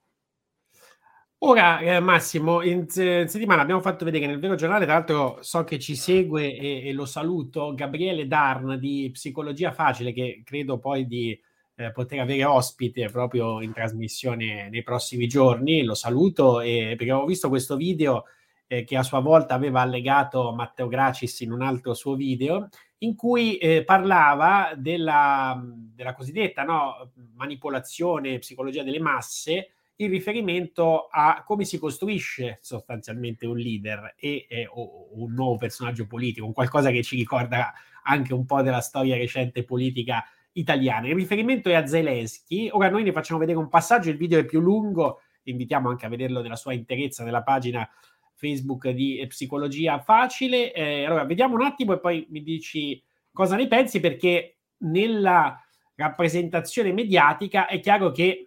Ora, Massimo, in settimana abbiamo fatto vedere nel Vero Giornale, tra l'altro so che ci segue e lo saluto, Gabriele Darn di Psicologia Facile, che credo poi di poter avere ospite proprio in trasmissione nei prossimi giorni. Lo saluto perché ho visto questo video che a sua volta aveva allegato Matteo Gracis in un altro suo video, in cui parlava della cosiddetta manipolazione, psicologia delle masse, in riferimento a come si costruisce sostanzialmente un leader o un nuovo personaggio politico, un qualcosa che ci ricorda anche un po' della storia recente politica italiana. Il riferimento è a Zelensky. Ora noi ne facciamo vedere un passaggio, il video è più lungo, invitiamo anche a vederlo nella sua interezza nella pagina Facebook di Psicologia Facile. Allora vediamo un attimo e poi mi dici cosa ne pensi, perché nella rappresentazione mediatica è chiaro che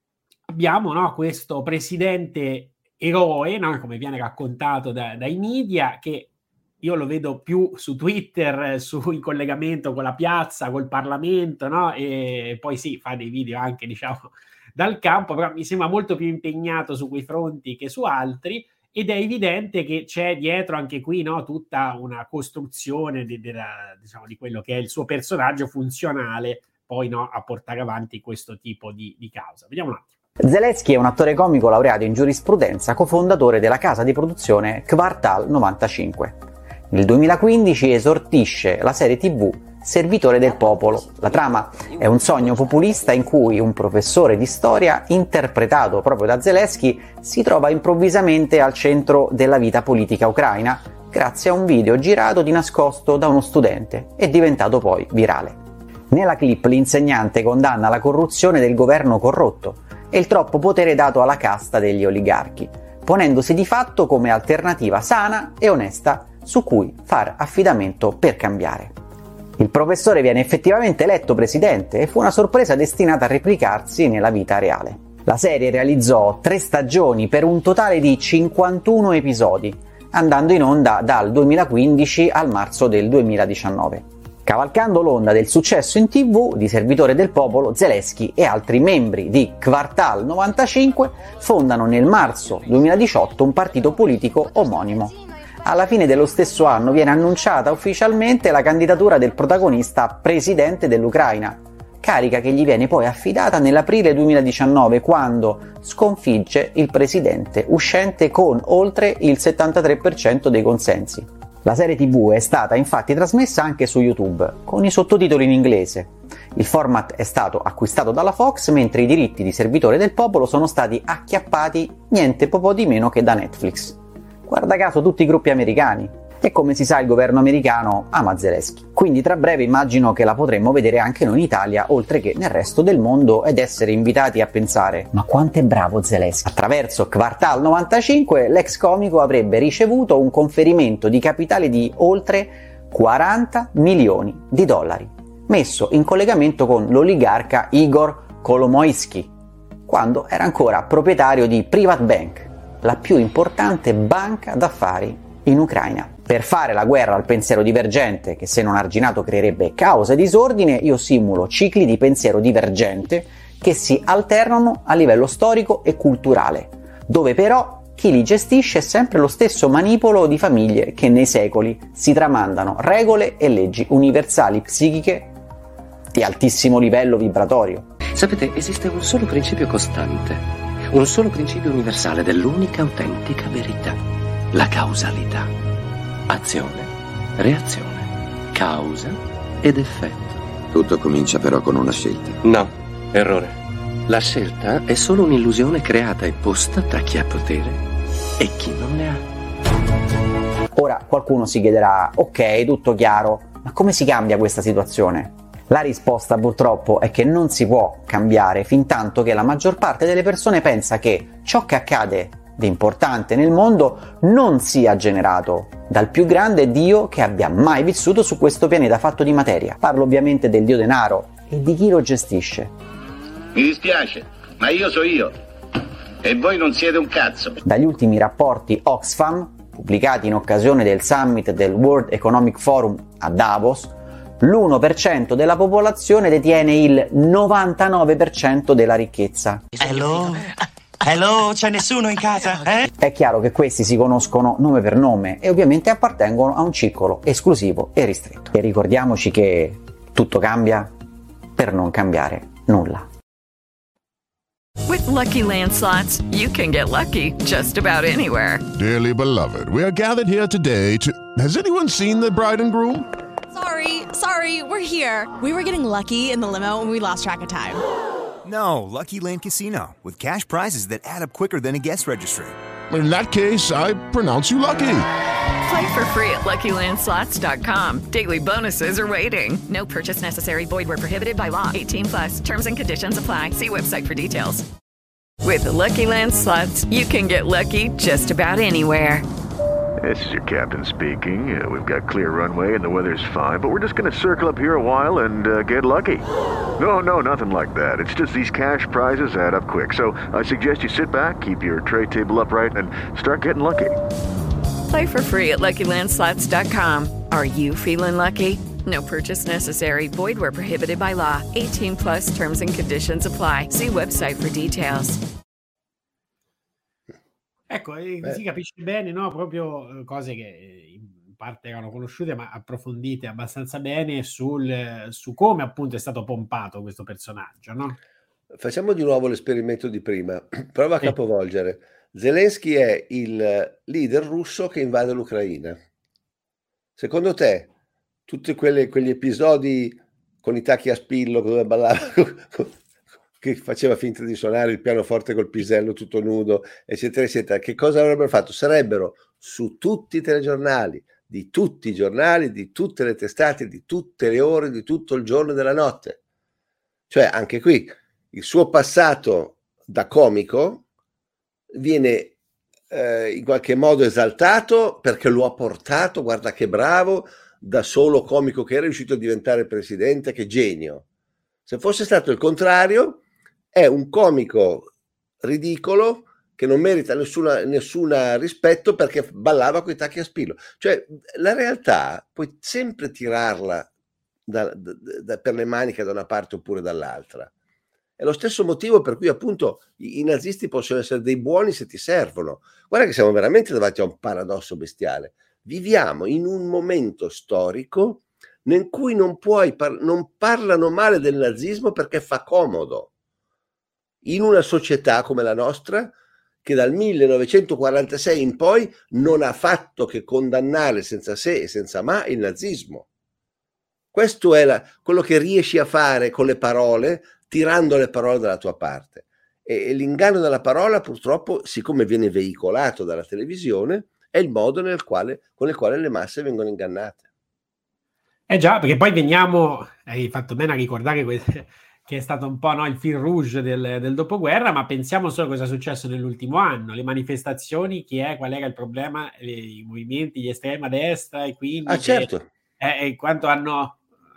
abbiamo questo presidente eroe, come viene raccontato dai media, che io lo vedo più su Twitter, in collegamento con la piazza, col Parlamento, e poi sì, fa dei video anche, diciamo, dal campo, però mi sembra molto più impegnato su quei fronti che su altri, ed è evidente che c'è dietro anche qui tutta una costruzione di quello che è il suo personaggio funzionale poi a portare avanti questo tipo di causa. Vediamo un attimo. Zelensky è un attore comico laureato in giurisprudenza, cofondatore della casa di produzione Kvartal 95. Nel 2015 esortisce la serie TV Servitore del Popolo. La trama è un sogno populista in cui un professore di storia, interpretato proprio da Zelensky, si trova improvvisamente al centro della vita politica ucraina grazie a un video girato di nascosto da uno studente e diventato poi virale. Nella clip l'insegnante condanna la corruzione del governo corrotto e il troppo potere dato alla casta degli oligarchi, ponendosi di fatto come alternativa sana e onesta su cui far affidamento per cambiare. Il professore viene effettivamente eletto presidente e fu una sorpresa destinata a replicarsi nella vita reale. La serie realizzò 3 stagioni per un totale di 51 episodi, andando in onda dal 2015 al marzo del 2019. Cavalcando l'onda del successo in TV di Servitore del Popolo, Zelensky e altri membri di Kvartal 95 fondano nel marzo 2018 un partito politico omonimo. Alla fine dello stesso anno viene annunciata ufficialmente la candidatura del protagonista a presidente dell'Ucraina, carica che gli viene poi affidata nell'aprile 2019 quando sconfigge il presidente uscente con oltre il 73% dei consensi. La serie TV è stata infatti trasmessa anche su YouTube, con i sottotitoli in inglese. Il format è stato acquistato dalla Fox, mentre i diritti di Servitore del Popolo sono stati acchiappati niente po' di meno che da Netflix. Guarda caso tutti i gruppi americani. E come si sa il governo americano ama Zelensky. Quindi tra breve immagino che la potremmo vedere anche noi in Italia, oltre che nel resto del mondo, ed essere invitati a pensare: ma quanto è bravo Zelensky! Attraverso Kvartal 95 l'ex comico avrebbe ricevuto un conferimento di capitale di oltre 40 milioni di dollari, messo in collegamento con l'oligarca Igor Kolomoisky, quando era ancora proprietario di PrivatBank, la più importante banca d'affari in Ucraina. Per fare la guerra al pensiero divergente, che se non arginato creerebbe caos e disordine, io simulo cicli di pensiero divergente che si alternano a livello storico e culturale, dove però chi li gestisce è sempre lo stesso manipolo di famiglie che nei secoli si tramandano regole e leggi universali psichiche di altissimo livello vibratorio. Sapete, esiste un solo principio costante, un solo principio universale dell'unica autentica verità: la causalità. Azione, reazione, causa ed effetto. Tutto comincia però con una scelta. No, errore. La scelta è solo un'illusione creata e posta tra chi ha potere e chi non ne ha. Ora qualcuno si chiederà: ok, tutto chiaro, ma come si cambia questa situazione? La risposta purtroppo è che non si può cambiare fintanto che la maggior parte delle persone pensa che ciò che accade di importante nel mondo non sia generato dal più grande Dio che abbia mai vissuto su questo pianeta fatto di materia. Parlo ovviamente del Dio denaro e di chi lo gestisce. Mi dispiace, ma io so io e voi non siete un cazzo. Dagli ultimi rapporti Oxfam, pubblicati in occasione del summit del World Economic Forum a Davos, l'1% della popolazione detiene il 99% della ricchezza. Hello, c'è nessuno in casa? È chiaro che questi si conoscono nome per nome e ovviamente appartengono a un circolo esclusivo e ristretto. E ricordiamoci che tutto cambia per non cambiare nulla. With Lucky Land Slots, you can get lucky just about anywhere. Dearly beloved, we are gathered here today to... Has anyone seen the bride and groom? Sorry, we're here. We were getting lucky in the limo and we lost track of time. No, Lucky Land Casino, with cash prizes that add up quicker than a guest registry. In that case, I pronounce you lucky. Play for free at LuckyLandSlots.com. Daily bonuses are waiting. No purchase necessary. Void where prohibited by law. 18+. Terms and conditions apply. See website for details. With Lucky Land Slots, you can get lucky just about anywhere. This is your captain speaking. We've got clear runway and the weather's fine, but we're just going to circle up here a while and get lucky. No, nothing like that. It's just these cash prizes add up quick. So I suggest you sit back, keep your tray table upright, and start getting lucky. Play for free at LuckyLandSlots.com. Are you feeling lucky? No purchase necessary. Void where prohibited by law. 18+ terms and conditions apply. See website for details. Ecco, si capisce bene, no? Proprio cose che in parte erano conosciute, ma approfondite abbastanza bene su come appunto è stato pompato questo personaggio, no? Facciamo di nuovo l'esperimento di prima. Prova a capovolgere. Zelensky è il leader russo che invade l'Ucraina. Secondo te, tutti quegli episodi con i tacchi a spillo dove ballava, che faceva finta di suonare il pianoforte col pisello tutto nudo, eccetera, eccetera, che cosa avrebbero fatto? Sarebbero su tutti i telegiornali, di tutti i giornali, di tutte le testate, di tutte le ore, di tutto il giorno e della notte. Cioè, anche qui, il suo passato da comico viene in qualche modo esaltato perché lo ha portato, guarda che bravo, da solo comico che era riuscito a diventare presidente, che genio. Se fosse stato il contrario, è un comico ridicolo che non merita nessun rispetto perché ballava coi tacchi a spillo. Cioè, la realtà puoi sempre tirarla per le maniche da una parte oppure dall'altra. È lo stesso motivo per cui appunto i nazisti possono essere dei buoni se ti servono. Guarda che siamo veramente davanti a un paradosso bestiale. Viviamo in un momento storico in cui non parlano male del nazismo perché fa comodo. In una società come la nostra, che dal 1946 in poi non ha fatto che condannare senza se e senza ma il nazismo. Questo è quello che riesci a fare con le parole, tirando le parole dalla tua parte. E l'inganno della parola, purtroppo, siccome viene veicolato dalla televisione, è il modo con il quale le masse vengono ingannate. Già, perché poi hai fatto bene a ricordare che è stato un po', no, il fil rouge del dopoguerra, ma pensiamo solo a cosa è successo nell'ultimo anno, le manifestazioni, qual era il problema, i movimenti di estrema destra, e quindi certo. Quanto hanno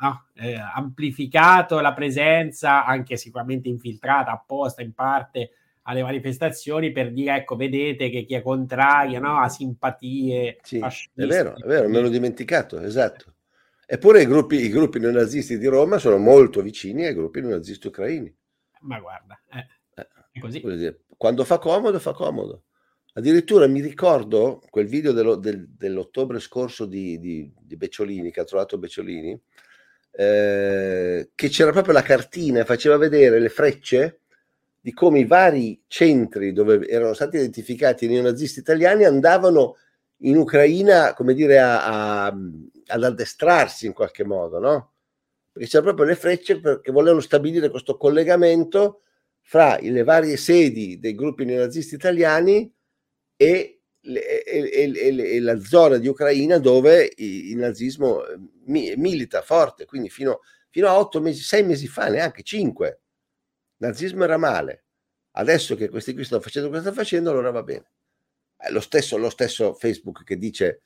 amplificato la presenza, anche sicuramente infiltrata apposta in parte alle manifestazioni, per dire, ecco, vedete che chi è contrario, no, ha simpatie fasciste. È vero, me l'ho dimenticato, esatto. Eppure i gruppi neonazisti di Roma sono molto vicini ai gruppi neonazisti ucraini. Ma guarda, è così. Quando fa comodo, fa comodo. Addirittura mi ricordo quel video dell'ottobre scorso di Becciolini, che ha trovato Becciolini, che c'era proprio la cartina, faceva vedere le frecce di come i vari centri dove erano stati identificati i neonazisti italiani andavano in Ucraina, come dire, ad addestrarsi in qualche modo, no? Perché c'erano proprio le frecce che volevano stabilire questo collegamento fra le varie sedi dei gruppi neonazisti italiani e la zona di Ucraina dove il nazismo milita forte. Quindi fino a 8 mesi, 6 mesi fa, neanche 5, il nazismo era male. Adesso che questi qui stanno facendo quello che stanno facendo, allora va bene. Lo stesso Facebook che dice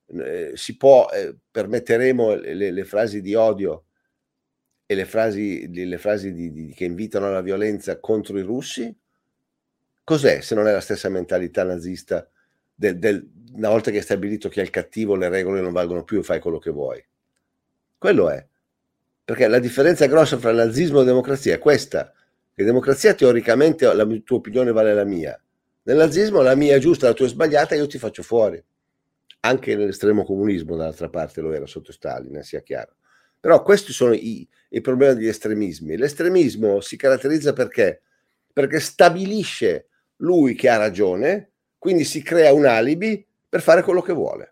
permetteremo le frasi di odio e le frasi che invitano alla violenza contro i russi. Cos'è se non è la stessa mentalità nazista una volta che è stabilito che è il cattivo, le regole non valgono più, fai quello che vuoi? Quello è. Perché la differenza grossa fra nazismo e democrazia è questa, che democrazia teoricamente la tua opinione vale la mia. Nel nazismo la mia è giusta, la tua è sbagliata, io ti faccio fuori. Anche nell'estremo comunismo dall'altra parte lo era sotto Stalin, sia chiaro. Però questi sono i problemi degli estremismi. L'estremismo si caratterizza perché stabilisce lui che ha ragione, quindi si crea un alibi per fare quello che vuole.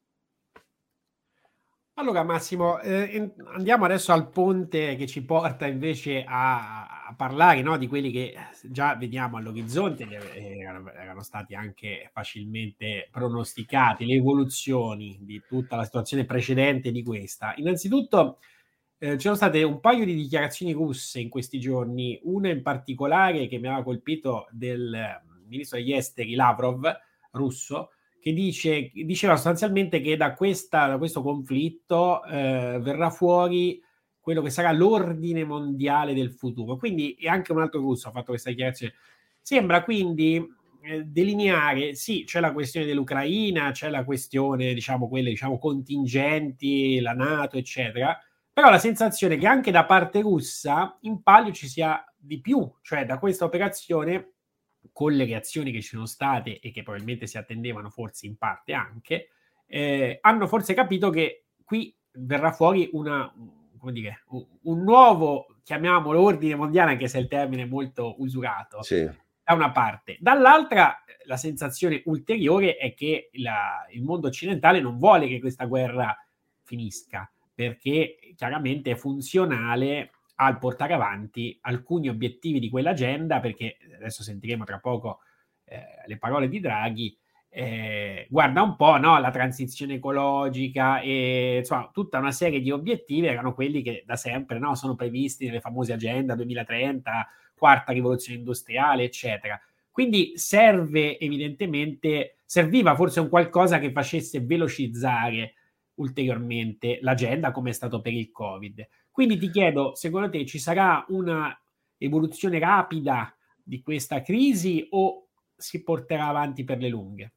Allora Massimo, andiamo adesso al ponte che ci porta invece a parlare, no, di quelli che già vediamo all'orizzonte, erano stati anche facilmente pronosticati, le evoluzioni di tutta la situazione precedente di questa. Innanzitutto c'erano state un paio di dichiarazioni russe in questi giorni, una in particolare che mi aveva colpito del ministro degli esteri Lavrov, russo, che diceva sostanzialmente che da questo conflitto verrà fuori quello che sarà l'ordine mondiale del futuro. Quindi, e anche un altro russo ha fatto questa dichiarazione. Sembra quindi delineare, sì, c'è la questione dell'Ucraina, c'è la questione, quelle contingenti, la NATO, eccetera, però la sensazione che anche da parte russa in palio ci sia di più, cioè da questa operazione, con le reazioni che ci sono state e che probabilmente si attendevano forse in parte anche, hanno forse capito che qui verrà fuori un nuovo, chiamiamolo ordine mondiale, anche se il termine è molto usurato, sì, da una parte. Dall'altra la sensazione ulteriore è che il mondo occidentale non vuole che questa guerra finisca, perché chiaramente è funzionale al portare avanti alcuni obiettivi di quell'agenda, perché adesso sentiremo tra poco le parole di Draghi, guarda un po', no, la transizione ecologica e insomma tutta una serie di obiettivi erano quelli che da sempre, no, sono previsti nelle famose agenda 2030, quarta rivoluzione industriale, eccetera. Quindi serviva forse un qualcosa che facesse velocizzare ulteriormente l'agenda, come è stato per il Covid. Quindi ti chiedo, secondo te ci sarà una evoluzione rapida di questa crisi o si porterà avanti per le lunghe?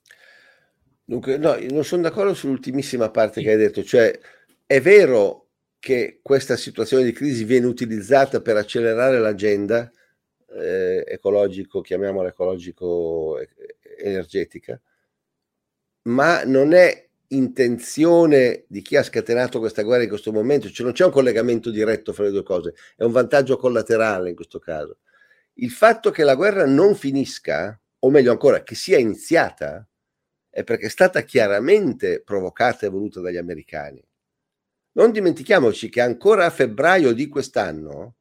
Dunque, no, non sono d'accordo sull'ultimissima parte che hai detto, cioè è vero che questa situazione di crisi viene utilizzata per accelerare l'agenda ecologico, chiamiamola ecologico-energetica, ma non è intenzione di chi ha scatenato questa guerra in questo momento, cioè non c'è un collegamento diretto fra le due cose, è un vantaggio collaterale in questo caso. Il fatto che la guerra non finisca, o meglio ancora, che sia iniziata, è perché è stata chiaramente provocata e voluta dagli americani. Non dimentichiamoci che ancora a febbraio di quest'anno,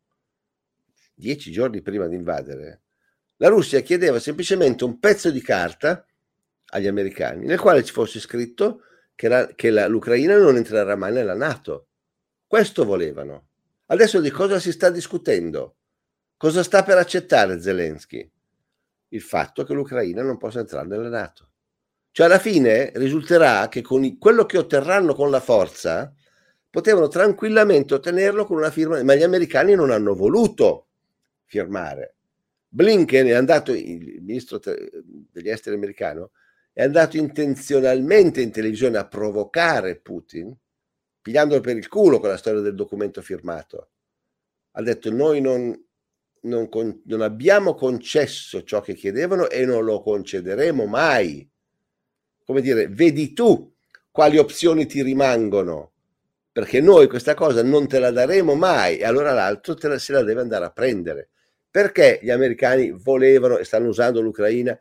10 giorni prima di invadere, la Russia chiedeva semplicemente un pezzo di carta agli americani nel quale ci fosse scritto che l'Ucraina non entrerà mai nella NATO. Questo volevano. Adesso di cosa si sta discutendo? Cosa sta per accettare Zelensky? Il fatto che l'Ucraina non possa entrare nella NATO. Cioè alla fine risulterà che con quello che otterranno con la forza potevano tranquillamente ottenerlo con una firma, ma gli americani non hanno voluto firmare. Blinken è andato, il ministro degli esteri americano, è andato intenzionalmente in televisione a provocare Putin, pigliandolo per il culo con la storia del documento firmato. Ha detto: noi non abbiamo concesso ciò che chiedevano e non lo concederemo mai. Come dire, vedi tu quali opzioni ti rimangono, perché noi questa cosa non te la daremo mai, e allora l'altro se la deve andare a prendere. Perché gli americani volevano e stanno usando l'Ucraina?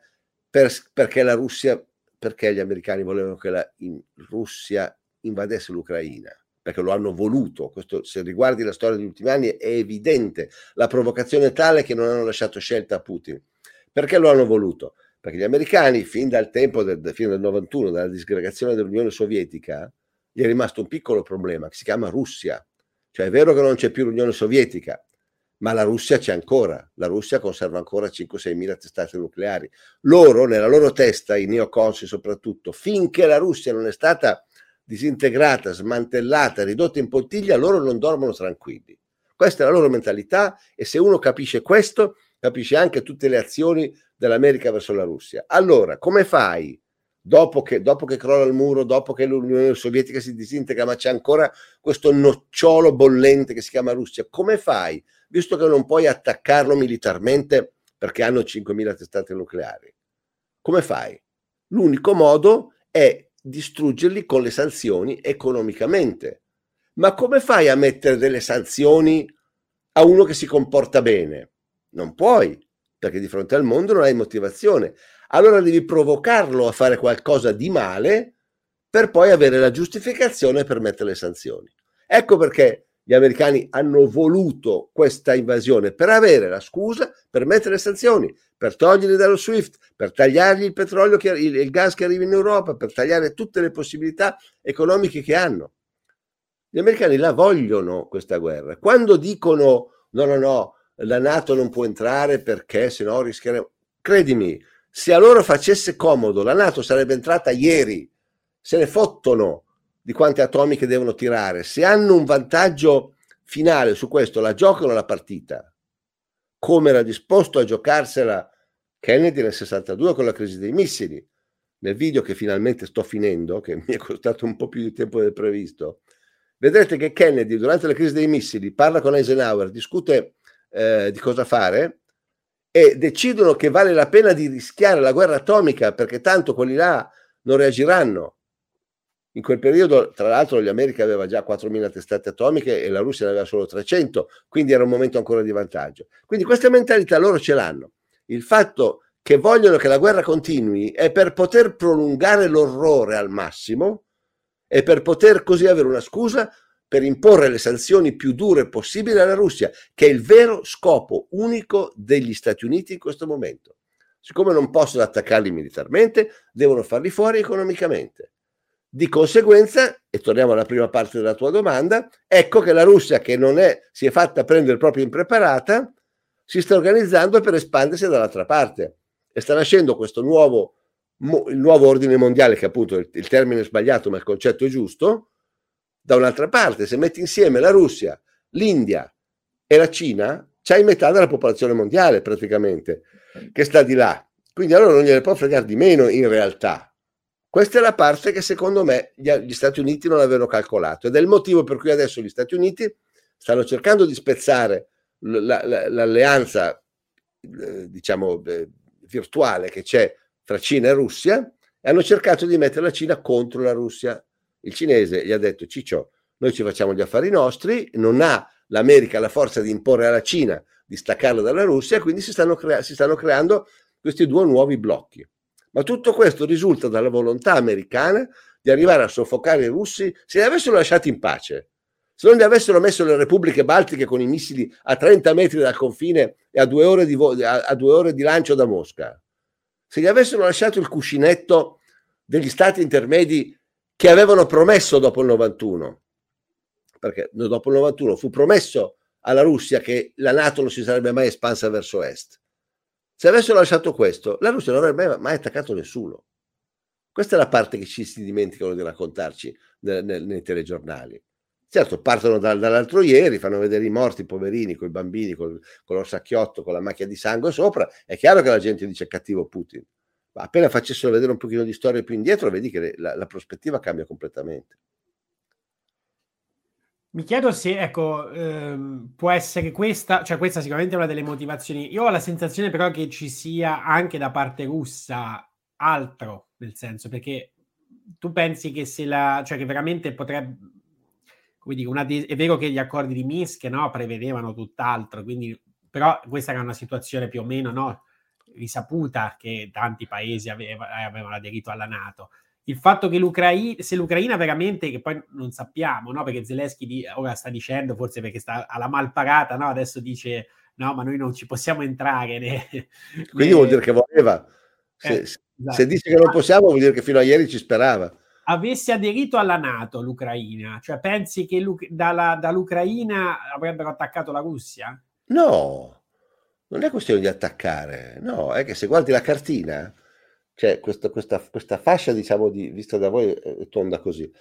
Perché la Russia, perché gli americani volevano che la Russia invadesse l'Ucraina? Perché lo hanno voluto. Questo, se riguardi la storia degli ultimi anni, è evidente. La provocazione è tale che non hanno lasciato scelta a Putin. Perché lo hanno voluto? Perché gli americani, fin dal tempo fino del 91, dalla disgregazione dell'Unione Sovietica, gli è rimasto un piccolo problema che si chiama Russia. Cioè è vero che non c'è più l'Unione Sovietica, ma la Russia c'è ancora. La Russia conserva ancora 5-6 mila testate nucleari. Loro, nella loro testa, i neoconsi soprattutto, finché la Russia non è stata disintegrata, smantellata, ridotta in poltiglia, loro non dormono tranquilli. Questa è la loro mentalità, e se uno capisce questo, capisce anche tutte le azioni dell'America verso la Russia. Allora, come fai, dopo che crolla il muro, dopo che l'Unione Sovietica si disintegra, ma c'è ancora questo nocciolo bollente che si chiama Russia, come fai, visto che non puoi attaccarlo militarmente perché hanno 5.000 testate nucleari? Come fai? L'unico modo è distruggerli con le sanzioni economicamente. Ma come fai a mettere delle sanzioni a uno che si comporta bene? Non puoi, perché di fronte al mondo non hai motivazione. Allora devi provocarlo a fare qualcosa di male per poi avere la giustificazione per mettere le sanzioni. Ecco perché gli americani hanno voluto questa invasione, per avere la scusa per mettere le sanzioni, per toglierli dallo SWIFT, per tagliargli il petrolio, il gas che arriva in Europa, per tagliare tutte le possibilità economiche che hanno. Gli americani la vogliono questa guerra. Quando dicono no, la NATO non può entrare perché sennò rischieremo, credimi, se a loro facesse comodo la NATO sarebbe entrata ieri, se ne fottono di quante atomiche devono tirare. Se hanno un vantaggio finale su questo, la giocano la partita, come era disposto a giocarsela Kennedy nel 62 con la crisi dei missili. Nel video che finalmente sto finendo, che mi è costato un po' più di tempo del previsto, vedrete che Kennedy durante la crisi dei missili parla con Eisenhower, discute di cosa fare, e decidono che vale la pena di rischiare la guerra atomica perché tanto quelli là non reagiranno. In quel periodo, tra l'altro, l'America aveva già 4.000 testate atomiche e la Russia ne aveva solo 300, quindi era un momento ancora di vantaggio. Quindi questa mentalità loro ce l'hanno. Il fatto che vogliono che la guerra continui è per poter prolungare l'orrore al massimo e per poter così avere una scusa per imporre le sanzioni più dure possibili alla Russia, che è il vero scopo unico degli Stati Uniti in questo momento. Siccome non possono attaccarli militarmente, devono farli fuori economicamente. Di conseguenza, e torniamo alla prima parte della tua domanda, ecco che la Russia, che si è fatta prendere proprio impreparata, si sta organizzando per espandersi dall'altra parte e sta nascendo questo il nuovo ordine mondiale, che appunto il termine è sbagliato ma il concetto è giusto. Da un'altra parte, se metti insieme la Russia, l'India e la Cina, c'hai metà della popolazione mondiale praticamente che sta di là, quindi allora non gliene può fregare di meno in realtà. Questa è la parte che secondo me gli Stati Uniti non avevano calcolato, ed è il motivo per cui adesso gli Stati Uniti stanno cercando di spezzare l'alleanza diciamo virtuale che c'è tra Cina e Russia, e hanno cercato di mettere la Cina contro la Russia. Il cinese gli ha detto: Ciccio, noi ci facciamo gli affari nostri, non ha l'America la forza di imporre alla Cina di staccarla dalla Russia, quindi si stanno creando questi due nuovi blocchi. Ma tutto questo risulta dalla volontà americana di arrivare a soffocare i russi. Se li avessero lasciati in pace, se non gli avessero messo le repubbliche baltiche con i missili a 30 metri dal confine e a 2 ore di lancio da Mosca, se gli avessero lasciato il cuscinetto degli stati intermedi che avevano promesso dopo il 91, perché dopo il 91 fu promesso alla Russia che la NATO non si sarebbe mai espansa verso est. Se avessero lasciato questo, la Russia non avrebbe mai attaccato nessuno. Questa è la parte che ci si dimenticano di raccontarci nei telegiornali. Certo, partono dall'altro ieri, fanno vedere i morti, poverini, con i bambini, con l'orsacchiotto, con la macchia di sangue sopra. È chiaro che la gente dice cattivo Putin, ma appena facessero vedere un pochino di storia più indietro, vedi che la prospettiva cambia completamente. Mi chiedo se, ecco, può essere questa sicuramente è una delle motivazioni. Io ho la sensazione però che ci sia anche da parte russa altro, nel senso, perché tu pensi che che veramente potrebbe, come dire, è vero che gli accordi di Minsk, no, prevedevano tutt'altro, quindi, però questa era una situazione più o meno, no, risaputa, che tanti paesi avevano aderito alla NATO. Il fatto che se l'Ucraina veramente, che poi non sappiamo, no? Perché Zelensky ora sta dicendo, forse perché sta alla malparata, no? Adesso dice no, ma noi non ci possiamo entrare. Quindi vuol dire che voleva. Se dice che non possiamo, vuol dire che fino a ieri ci sperava. Avesse aderito alla NATO l'Ucraina, cioè pensi che dall'Ucraina avrebbero attaccato la Russia? No, non è questione di attaccare, no, è che se guardi la cartina, cioè questa fascia, diciamo, vista da voi è tonda così: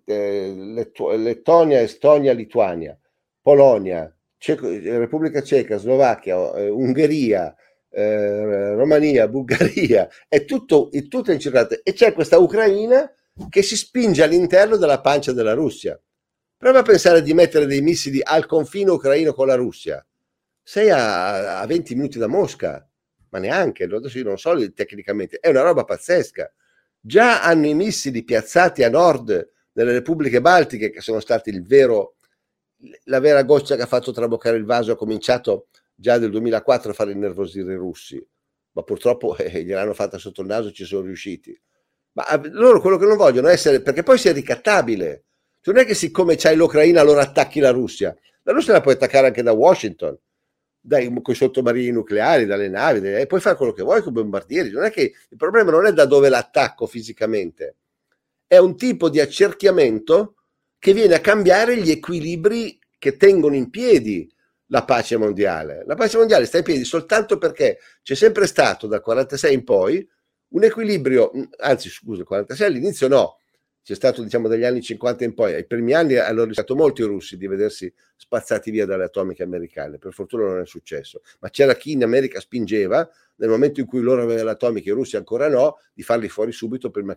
Lettonia, Estonia, Lituania, Polonia, Repubblica Ceca, Slovacchia, Ungheria, Romania, Bulgaria, è tutto incircondato, e c'è questa Ucraina che si spinge all'interno della pancia della Russia. Prova a pensare di mettere dei missili al confine ucraino con la Russia, sei a 20 minuti da Mosca, ma neanche, adesso io non so tecnicamente, è una roba pazzesca. Già hanno i missili piazzati a nord nelle repubbliche baltiche, che sono stati la vera goccia che ha fatto traboccare il vaso. Ha cominciato già nel 2004 a far innervosire i russi, ma purtroppo gliel'hanno fatta sotto il naso, ci sono riusciti. Ma loro quello che non vogliono è essere, perché poi si è ricattabile, cioè non è che siccome c'hai l'Ucraina allora attacchi la Russia la puoi attaccare anche da Washington, con i sottomarini nucleari, dalle navi, e puoi fare quello che vuoi con i bombardieri. Non è che il problema non è da dove l'attacco fisicamente, è un tipo di accerchiamento che viene a cambiare gli equilibri che tengono in piedi la pace mondiale. La pace mondiale sta in piedi soltanto perché c'è sempre stato dal 46 in poi un equilibrio, anzi scusa, 46 all'inizio no, c'è stato, diciamo, dagli anni 50 in poi. Ai primi anni hanno rischiato molto i russi di vedersi spazzati via dalle atomiche americane, per fortuna non è successo, ma c'era chi in America spingeva, nel momento in cui loro avevano le atomiche e i russi ancora no, di farli fuori subito prima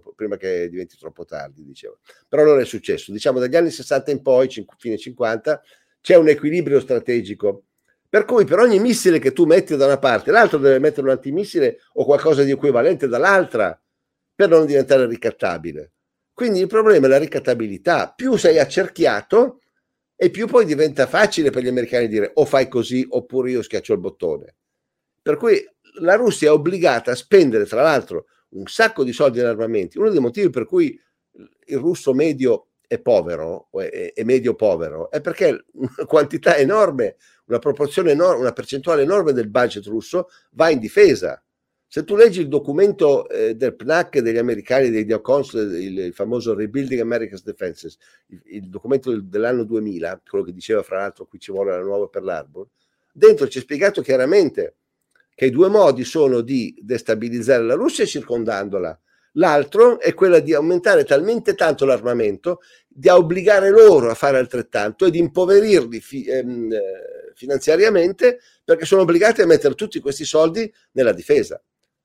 che diventi troppo tardi, diceva. Però non è successo, diciamo dagli anni 60 in poi, fine 50, c'è un equilibrio strategico, per cui per ogni missile che tu metti da una parte, l'altro deve mettere un antimissile o qualcosa di equivalente dall'altra per non diventare ricattabile. Quindi il problema è la ricattabilità. Più sei accerchiato e più poi diventa facile per gli americani dire o fai così oppure io schiaccio il bottone. Per cui la Russia è obbligata a spendere, tra l'altro, un sacco di soldi in armamenti. Uno dei motivi per cui il russo medio è povero, è medio povero, è perché una quantità enorme, una proporzione enorme, una percentuale enorme del budget russo va in difesa. Se tu leggi il documento del PNAC degli americani, dei neocons, il famoso Rebuilding America's Defenses, il documento dell'anno 2000, quello che diceva fra l'altro qui ci vuole la nuova Pearl Harbor, dentro c'è spiegato chiaramente che i due modi sono di destabilizzare la Russia circondandola, l'altro è quella di aumentare talmente tanto l'armamento da obbligare loro a fare altrettanto e di impoverirli finanziariamente, perché sono obbligati a mettere tutti questi soldi nella difesa.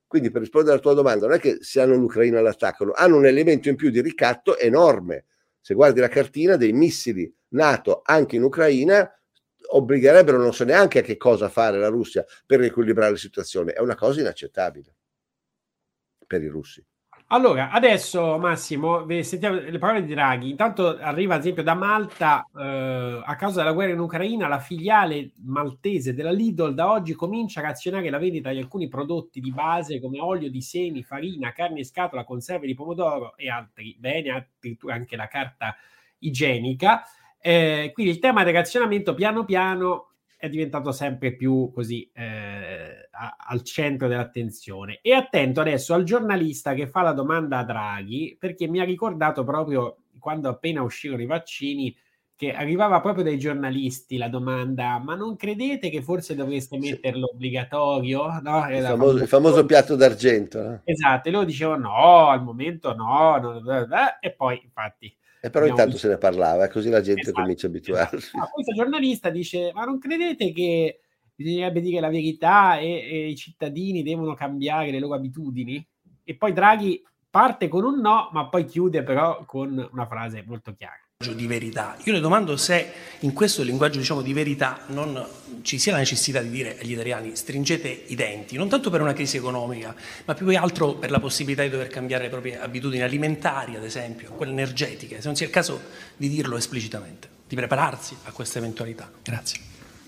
Quindi, per rispondere alla tua domanda, non è che se hanno l'Ucraina l'attaccano, hanno un elemento in più di ricatto enorme. Se guardi la cartina dei missili NATO anche in Ucraina, obbligherebbero non so neanche a che cosa fare la Russia per riequilibrare la situazione. È una cosa inaccettabile per i russi. Allora, adesso Massimo, sentiamo le parole di Draghi. Intanto arriva ad esempio da Malta, a causa della guerra in Ucraina, la filiale maltese della Lidl da oggi comincia a razionare la vendita di alcuni prodotti di base come olio di semi, farina, carne in scatola, conserve di pomodoro e altri beni, addirittura anche la carta igienica. Quindi il tema del razionamento piano piano è diventato sempre più così al centro dell'attenzione. E attento adesso al giornalista che fa la domanda a Draghi, perché mi ha ricordato proprio quando appena uscirono i vaccini che arrivava proprio dai giornalisti la domanda: ma non credete che forse dovreste metterlo obbligatorio? No? Il famoso piatto d'argento. Esatto, e loro dicevano no, al momento no, e poi infatti... Però intanto se ne parlava, così la gente comincia a abituarsi. Questo giornalista dice: ma non credete che bisognerebbe dire la verità e i cittadini devono cambiare le loro abitudini? E poi Draghi parte con un no, ma poi chiude però con una frase molto chiara. Di verità. Io le domando se in questo linguaggio, diciamo, di verità non ci sia la necessità di dire agli italiani: stringete i denti, non tanto per una crisi economica, ma più che altro per la possibilità di dover cambiare le proprie abitudini alimentari, ad esempio, quelle energetiche, se non sia il caso di dirlo esplicitamente, di prepararsi a questa eventualità. Grazie.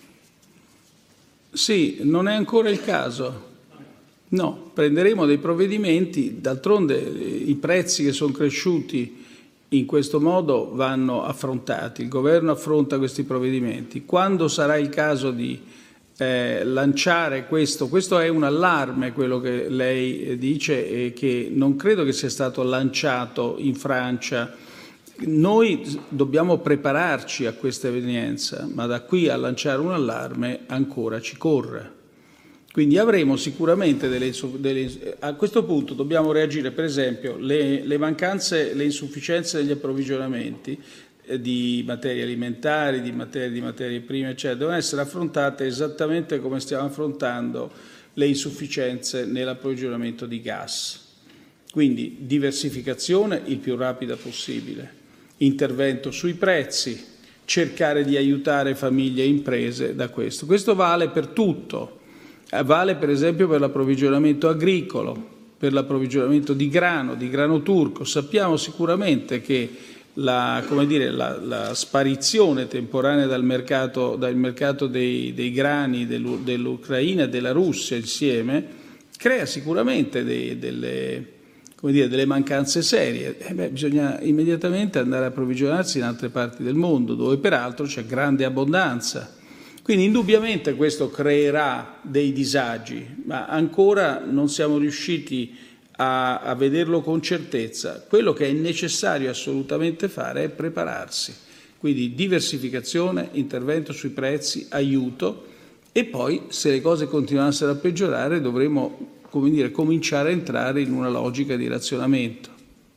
Sì, non è ancora il caso. No, prenderemo dei provvedimenti, d'altronde i prezzi che sono cresciuti in questo modo vanno affrontati, il governo affronta questi provvedimenti. Quando sarà il caso di lanciare questo è un allarme quello che lei dice e che non credo che sia stato lanciato in Francia. Noi dobbiamo prepararci a questa evenienza, ma da qui a lanciare un allarme ancora ci corre. Quindi avremo sicuramente a questo punto dobbiamo reagire, per esempio, le mancanze, le insufficienze degli approvvigionamenti di materie alimentari, di materie prime, eccetera, devono essere affrontate esattamente come stiamo affrontando le insufficienze nell'approvvigionamento di gas. Quindi diversificazione il più rapida possibile, intervento sui prezzi, cercare di aiutare famiglie e imprese da questo. Questo vale per tutto. Vale per esempio per l'approvvigionamento agricolo, per l'approvvigionamento di grano turco. Sappiamo sicuramente che la sparizione temporanea dal mercato dei grani dell'Ucraina e della Russia insieme crea sicuramente delle mancanze serie. Bisogna immediatamente andare a approvvigionarsi in altre parti del mondo, dove peraltro c'è grande abbondanza. Quindi indubbiamente questo creerà dei disagi, ma ancora non siamo riusciti a vederlo con certezza. Quello che è necessario assolutamente fare è prepararsi. Quindi diversificazione, intervento sui prezzi, aiuto, e poi se le cose continuassero a peggiorare dovremo, cominciare a entrare in una logica di razionamento.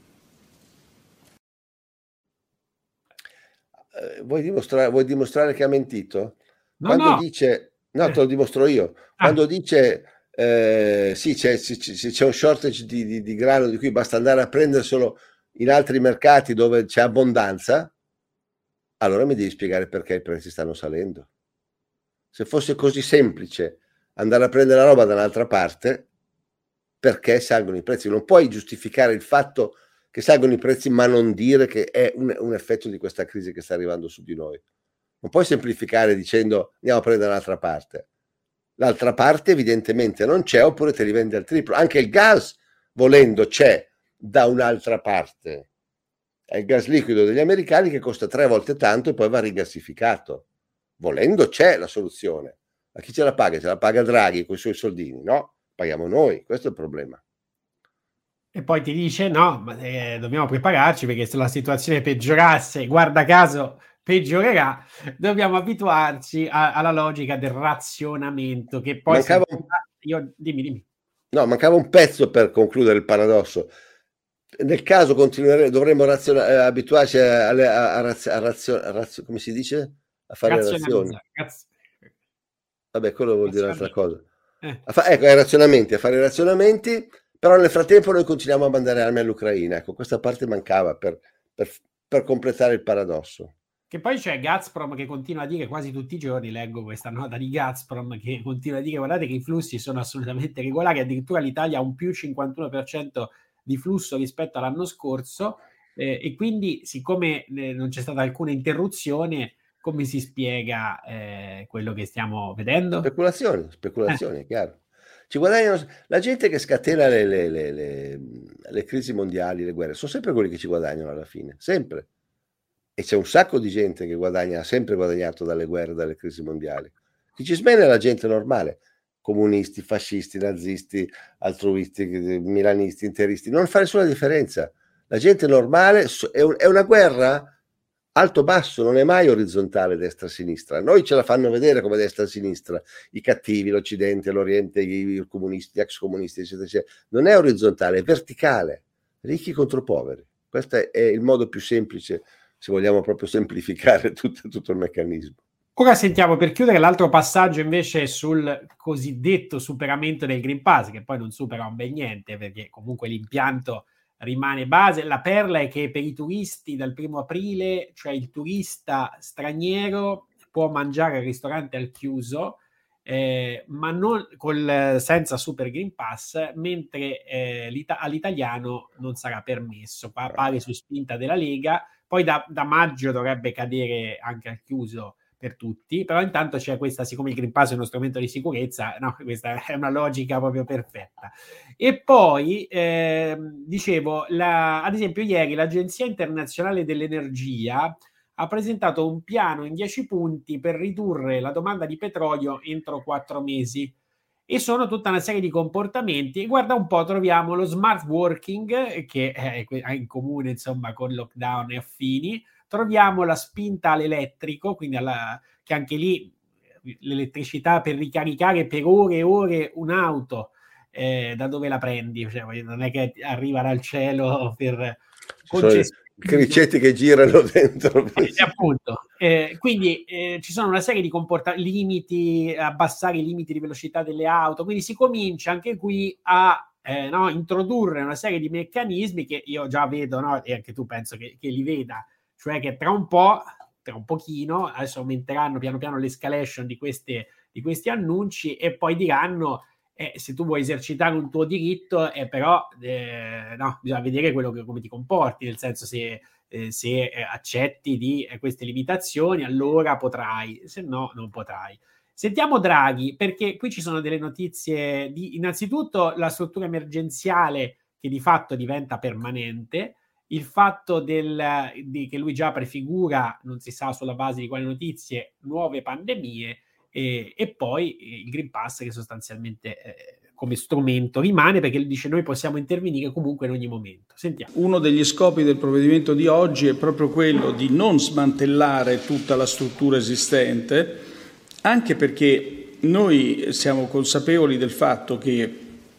Vuoi dimostrare che ha mentito? Quando dice, te lo dimostro io, quando dice sì, c'è un shortage di grano di cui basta andare a prenderselo in altri mercati dove c'è abbondanza, allora mi devi spiegare perché i prezzi stanno salendo. Se fosse così semplice andare a prendere la roba da un'altra parte, perché salgono i prezzi? Non puoi giustificare il fatto che salgono i prezzi ma non dire che è un effetto di questa crisi che sta arrivando su di noi. Non puoi semplificare dicendo andiamo a prendere dall'altra parte. L'altra parte evidentemente non c'è, oppure te li vendi al triplo. Anche il gas, volendo, c'è da un'altra parte. È il gas liquido degli americani che costa 3 volte tanto e poi va rigassificato. Volendo c'è la soluzione. Ma chi ce la paga? Ce la paga Draghi con i suoi soldini? No, paghiamo noi. Questo è il problema. E poi ti dice no, ma dobbiamo prepararci perché se la situazione peggiorasse, guarda caso peggiorerà, dobbiamo abituarci alla logica del razionamento che poi dimmi. No, mancava un pezzo per concludere il paradosso. Nel caso dovremmo abituarci come si dice? A fare razioni. Vabbè, quello vuol dire un'altra cosa. ecco, a fare i razionamenti, però nel frattempo noi continuiamo a mandare armi all'Ucraina. Ecco, questa parte mancava per completare il paradosso. Che poi c'è Gazprom che continua a dire, quasi tutti i giorni leggo questa nota di Gazprom che continua a dire guardate che i flussi sono assolutamente regolari, addirittura l'Italia ha un più 51% di flusso rispetto all'anno scorso, e quindi siccome non c'è stata alcuna interruzione, come si spiega quello che stiamo vedendo? Speculazioni, è chiaro. Ci guadagnano la gente che scatena le crisi mondiali, le guerre, sono sempre quelli che ci guadagnano alla fine, sempre. E c'è un sacco di gente che ha sempre guadagnato dalle guerre, dalle crisi mondiali. Chi ci smena è la gente normale, comunisti, fascisti, nazisti, altruisti, milanisti, interisti, non fa nessuna differenza. La gente normale è una guerra alto-basso, non è mai orizzontale destra-sinistra. Noi ce la fanno vedere come destra-sinistra, i cattivi, l'Occidente, l'Oriente, i comunisti, gli ex comunisti, eccetera, eccetera. Non è orizzontale, è verticale, ricchi contro poveri. Questo è il modo più semplice, se vogliamo proprio semplificare tutto il meccanismo. Ora sentiamo, per chiudere, l'altro passaggio invece sul cosiddetto superamento del Green Pass, che poi non supera un bel niente, perché comunque l'impianto rimane base. La perla è che per i turisti dal 1° aprile, cioè il turista straniero può mangiare al ristorante al chiuso, ma non senza Super Green Pass, mentre all'italiano non sarà permesso, pare su spinta della Lega. Poi da maggio dovrebbe cadere anche al chiuso per tutti, però intanto c'è questa, siccome il Green Pass è uno strumento di sicurezza, no, questa è una logica proprio perfetta. E poi, dicevo, ad esempio ieri l'Agenzia Internazionale dell'Energia ha presentato un piano in 10 punti per ridurre la domanda di petrolio entro 4 mesi. E sono tutta una serie di comportamenti. Guarda un po', troviamo lo smart working, che è in comune insomma con lockdown e affini. Troviamo la spinta all'elettrico, quindi che anche lì l'elettricità per ricaricare per ore e ore un'auto, da dove la prendi? Cioè, non è che arriva dal cielo per cricetti che girano dentro. Appunto. Quindi ci sono una serie di limiti, abbassare i limiti di velocità delle auto, quindi si comincia anche qui a introdurre una serie di meccanismi che io già vedo, no? E anche tu penso che li veda, cioè che tra un pochino, adesso aumenteranno piano piano l'escalation di questi annunci e poi diranno se tu vuoi esercitare un tuo diritto, però bisogna vedere come ti comporti, nel senso se accetti di queste limitazioni allora potrai, se no non potrai. Sentiamo Draghi, perché qui ci sono delle notizie innanzitutto la struttura emergenziale che di fatto diventa permanente, il fatto che lui già prefigura, non si sa sulla base di quali notizie, nuove pandemie, e poi il Green Pass che sostanzialmente come strumento rimane, perché lui dice noi possiamo intervenire comunque in ogni momento. Sentiamo. Uno degli scopi del provvedimento di oggi è proprio quello di non smantellare tutta la struttura esistente, anche perché noi siamo consapevoli del fatto che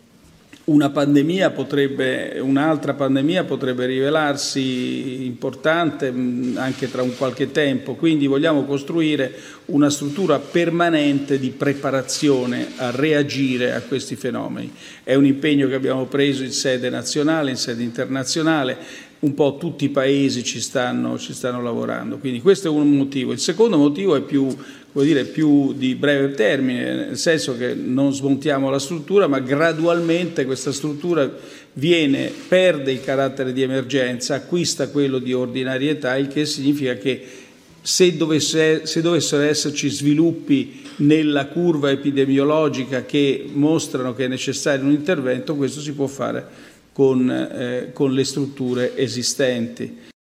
un'altra pandemia potrebbe rivelarsi importante anche tra un qualche tempo, quindi vogliamo costruire una struttura permanente di preparazione a reagire a questi fenomeni. È un impegno che abbiamo preso in sede nazionale, in sede internazionale, un po' tutti i paesi ci stanno lavorando, quindi questo è un motivo. Il secondo motivo è più di breve termine, nel senso che non smontiamo la struttura, ma gradualmente questa struttura perde il carattere di emergenza, acquista quello di ordinarietà, il che significa che se dovessero esserci sviluppi nella curva epidemiologica che mostrano che è necessario un intervento, questo si può fare con le strutture esistenti.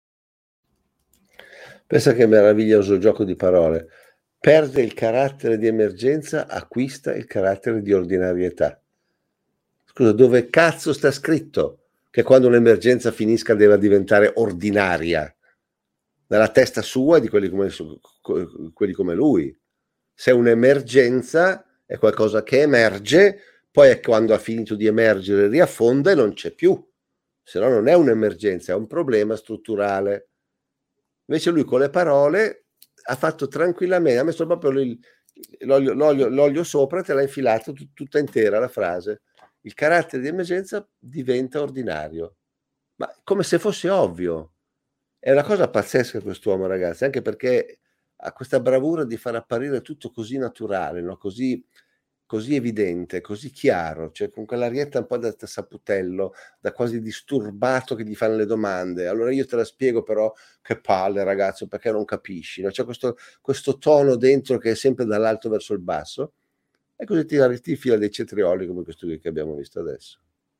Pensa che meraviglioso gioco di parole. Perde il carattere di emergenza, acquista il carattere di ordinarietà. Scusa, dove cazzo sta scritto che quando un'emergenza finisca deve diventare ordinaria? Nella testa sua e di quelli come lui. Se un'emergenza è qualcosa che emerge, poi è quando ha finito di emergere riaffonda e non c'è più. Se no non è un'emergenza, è un problema strutturale. Invece lui con le parole ha fatto tranquillamente, ha messo proprio l'olio sopra, te l'ha infilato tutta intera la frase. Il carattere di emergenza diventa ordinario, ma come se fosse ovvio. È una cosa pazzesca quest'uomo, ragazzi, anche perché ha questa bravura di far apparire tutto così naturale, no? Così evidente, così chiaro, cioè con quell'arietta un po' da saputello, da quasi disturbato che gli fanno le domande. Allora io te la spiego, però che palle, ragazzo, perché non capisci, no? C'è questo tono dentro che è sempre dall'alto verso il basso, e così ti fila dei cetrioli come questo che abbiamo visto adesso.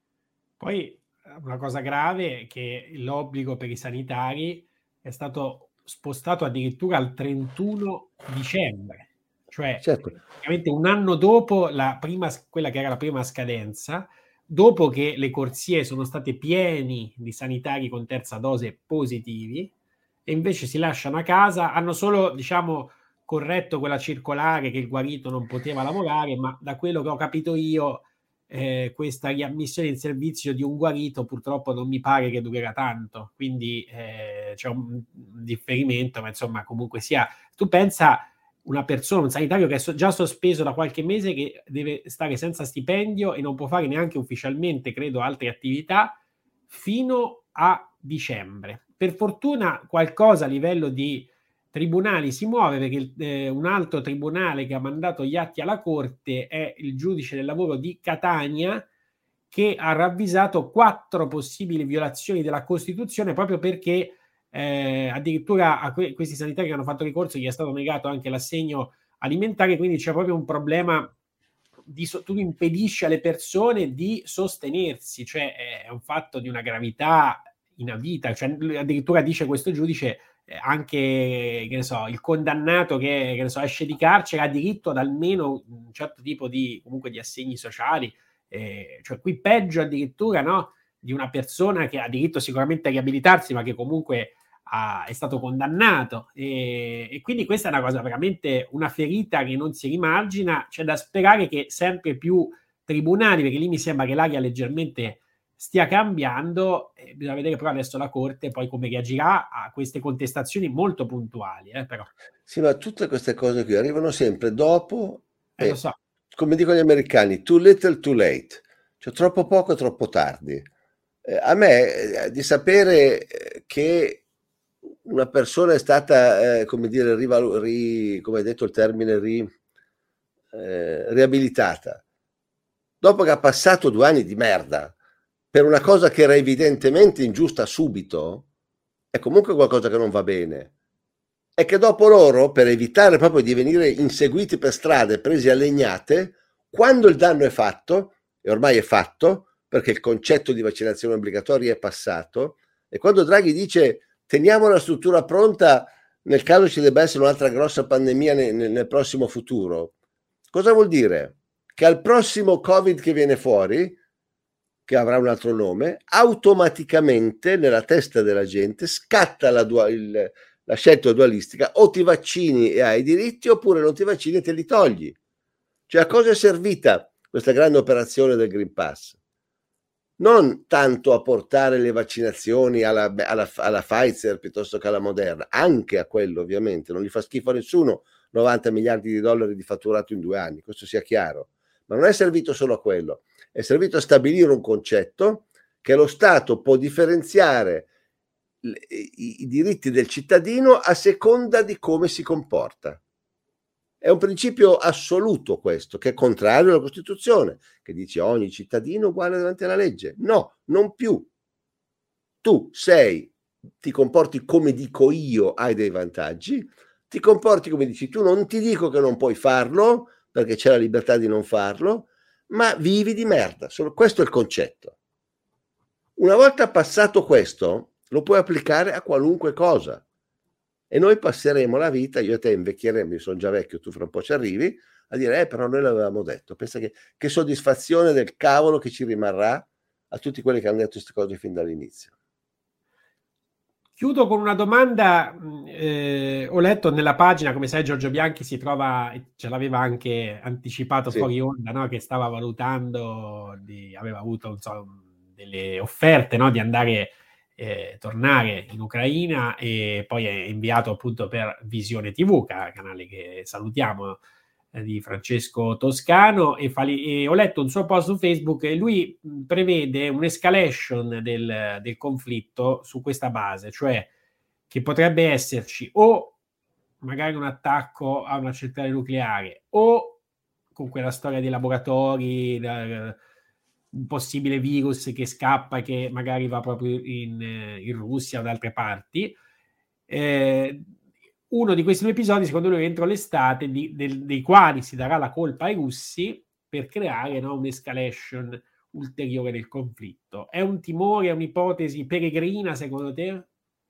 Poi una cosa grave è che l'obbligo per i sanitari è stato spostato addirittura al 31 dicembre, cioè praticamente un anno dopo quella che era la prima scadenza, dopo che le corsie sono state pieni di sanitari con terza dose positivi, e invece si lasciano a casa. Hanno solo, diciamo, corretto quella circolare che il guarito non poteva lavorare, ma da quello che ho capito io questa riammissione in servizio di un guarito purtroppo non mi pare che durerà tanto, quindi c'è un differimento, ma insomma comunque sia, tu pensa una persona, un sanitario che è già sospeso da qualche mese, che deve stare senza stipendio e non può fare neanche ufficialmente, credo, altre attività fino a dicembre. Per fortuna qualcosa a livello di tribunali si muove, perché un altro tribunale che ha mandato gli atti alla Corte è il giudice del lavoro di Catania, che ha ravvisato 4 possibili violazioni della Costituzione, proprio perché addirittura a questi sanitari che hanno fatto ricorso gli è stato negato anche l'assegno alimentare, quindi c'è proprio un problema tu impedisci alle persone di sostenersi, cioè è un fatto di una gravità inaudita, cioè addirittura dice questo giudice anche, che ne so, il condannato che ne so, esce di carcere ha diritto ad almeno un certo tipo di comunque di assegni sociali, cioè qui peggio addirittura, no, di una persona che ha diritto sicuramente a riabilitarsi, ma che comunque è stato condannato, e quindi questa è una cosa veramente, una ferita che non si rimargina. C'è da sperare che sempre più tribunali, perché lì mi sembra che l'aria leggermente stia cambiando, bisogna vedere però adesso la Corte poi come reagirà a queste contestazioni molto puntuali, però. Sì, ma tutte queste cose qui arrivano sempre dopo, lo so. Come dicono gli americani, too little too late, cioè troppo poco e troppo tardi. A me di sapere che una persona è stata, come dire, come hai detto il termine, riabilitata, dopo che ha passato 2 anni di merda, per una cosa che era evidentemente ingiusta subito, è comunque qualcosa che non va bene. E che dopo loro, per evitare proprio di venire inseguiti per strada e presi a legnate, quando il danno è fatto, e ormai è fatto, perché il concetto di vaccinazione obbligatoria è passato, e quando Draghi dice teniamo la struttura pronta nel caso ci debba essere un'altra grossa pandemia nel prossimo futuro, cosa vuol dire? Che al prossimo Covid che viene fuori, che avrà un altro nome, automaticamente nella testa della gente scatta la scelta dualistica: o ti vaccini e hai i diritti, oppure non ti vaccini e te li togli. Cioè, a cosa è servita questa grande operazione del Green Pass? Non tanto a portare le vaccinazioni alla Pfizer piuttosto che alla Moderna, anche a quello ovviamente, non gli fa schifo a nessuno 90 miliardi di dollari di fatturato in 2 anni, questo sia chiaro, ma non è servito solo a quello, è servito a stabilire un concetto che lo Stato può differenziare i diritti del cittadino a seconda di come si comporta. È un principio assoluto questo, che è contrario alla Costituzione, che dice ogni cittadino uguale davanti alla legge. No, non più. Tu ti comporti come dico io, hai dei vantaggi, ti comporti come dici tu, non ti dico che non puoi farlo, perché c'è la libertà di non farlo, ma vivi di merda. Questo è il concetto. Una volta passato questo, lo puoi applicare a qualunque cosa. E noi passeremo la vita, io e te invecchieremo, io sono già vecchio, tu fra un po' ci arrivi, a dire però noi l'avevamo detto. Pensa che soddisfazione del cavolo che ci rimarrà a tutti quelli che hanno detto queste cose fin dall'inizio. Chiudo con una domanda. Ho letto nella pagina, come sai Giorgio Bianchi si trova, ce l'aveva anche anticipato fuori onda, no? Che stava valutando, aveva avuto delle offerte, no? Di andare tornare in Ucraina, e poi è inviato appunto per Visione TV, canale che salutiamo, di Francesco Toscano, e ho letto un suo post su Facebook e lui prevede un'escalation del conflitto su questa base, cioè che potrebbe esserci o magari un attacco a una centrale nucleare o con quella storia dei laboratori, un possibile virus che scappa e che magari va proprio in Russia o da altre parti. Uno di questi 2 episodi, secondo lui, entro l'estate, dei quali si darà la colpa ai russi per creare, no, un'escalation ulteriore del conflitto. È un timore, è un'ipotesi peregrina, secondo te?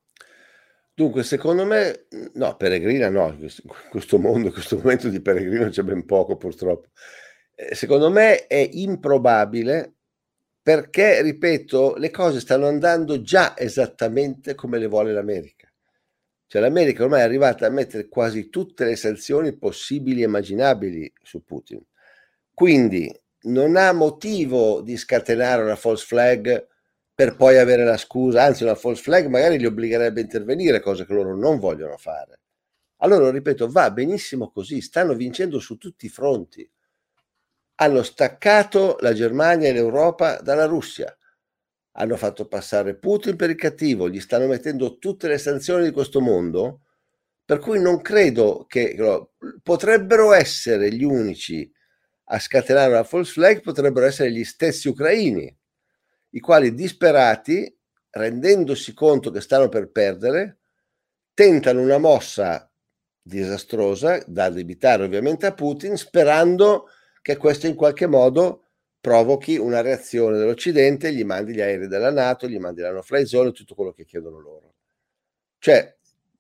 Dunque, secondo me, no, peregrina no, in questo mondo, in questo momento di peregrino c'è ben poco, purtroppo. Secondo me è improbabile perché, ripeto, le cose stanno andando già esattamente come le vuole l'America. Cioè l'America ormai è arrivata a mettere quasi tutte le sanzioni possibili e immaginabili su Putin. Quindi non ha motivo di scatenare una false flag per poi avere la scusa, anzi una false flag magari li obbligherebbe a intervenire, cosa che loro non vogliono fare. Allora, ripeto, va benissimo così, stanno vincendo su tutti i fronti. Hanno staccato la Germania e l'Europa dalla Russia. Hanno fatto passare Putin per il cattivo, gli stanno mettendo tutte le sanzioni di questo mondo, per cui non credo che potrebbero essere gli unici a scatenare una false flag, potrebbero essere gli stessi ucraini, i quali disperati, rendendosi conto che stanno per perdere, tentano una mossa disastrosa da addebitare ovviamente a Putin, sperando che questo in qualche modo provochi una reazione dell'Occidente, gli mandi gli aerei della NATO, gli mandi la no-fly zone, tutto quello che chiedono loro. Cioè,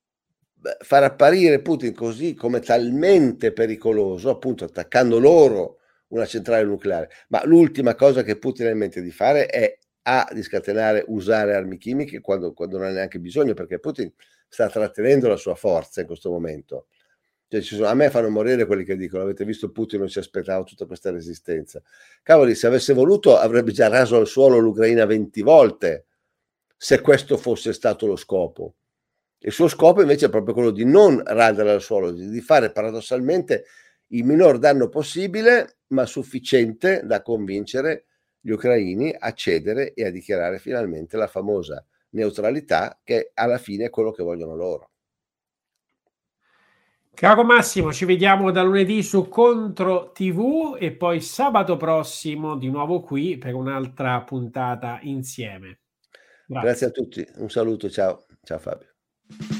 far apparire Putin così come talmente pericoloso, appunto attaccando loro una centrale nucleare, ma l'ultima cosa che Putin ha in mente di fare è di scatenare, usare armi chimiche quando non ha neanche bisogno, perché Putin sta trattenendo la sua forza in questo momento. Cioè, a me fanno morire quelli che dicono: avete visto Putin, non si aspettava tutta questa resistenza. Cavoli, se avesse voluto avrebbe già raso al suolo l'Ucraina 20 volte, se questo fosse stato lo scopo. Il suo scopo invece è proprio quello di non radere al suolo, di fare paradossalmente il minor danno possibile, ma sufficiente da convincere gli ucraini a cedere e a dichiarare finalmente la famosa neutralità, che alla fine è quello che vogliono loro. Caro Massimo, ci vediamo da lunedì su Contro TV e poi sabato prossimo di nuovo qui per un'altra puntata insieme. Grazie a tutti, un saluto, ciao Fabio.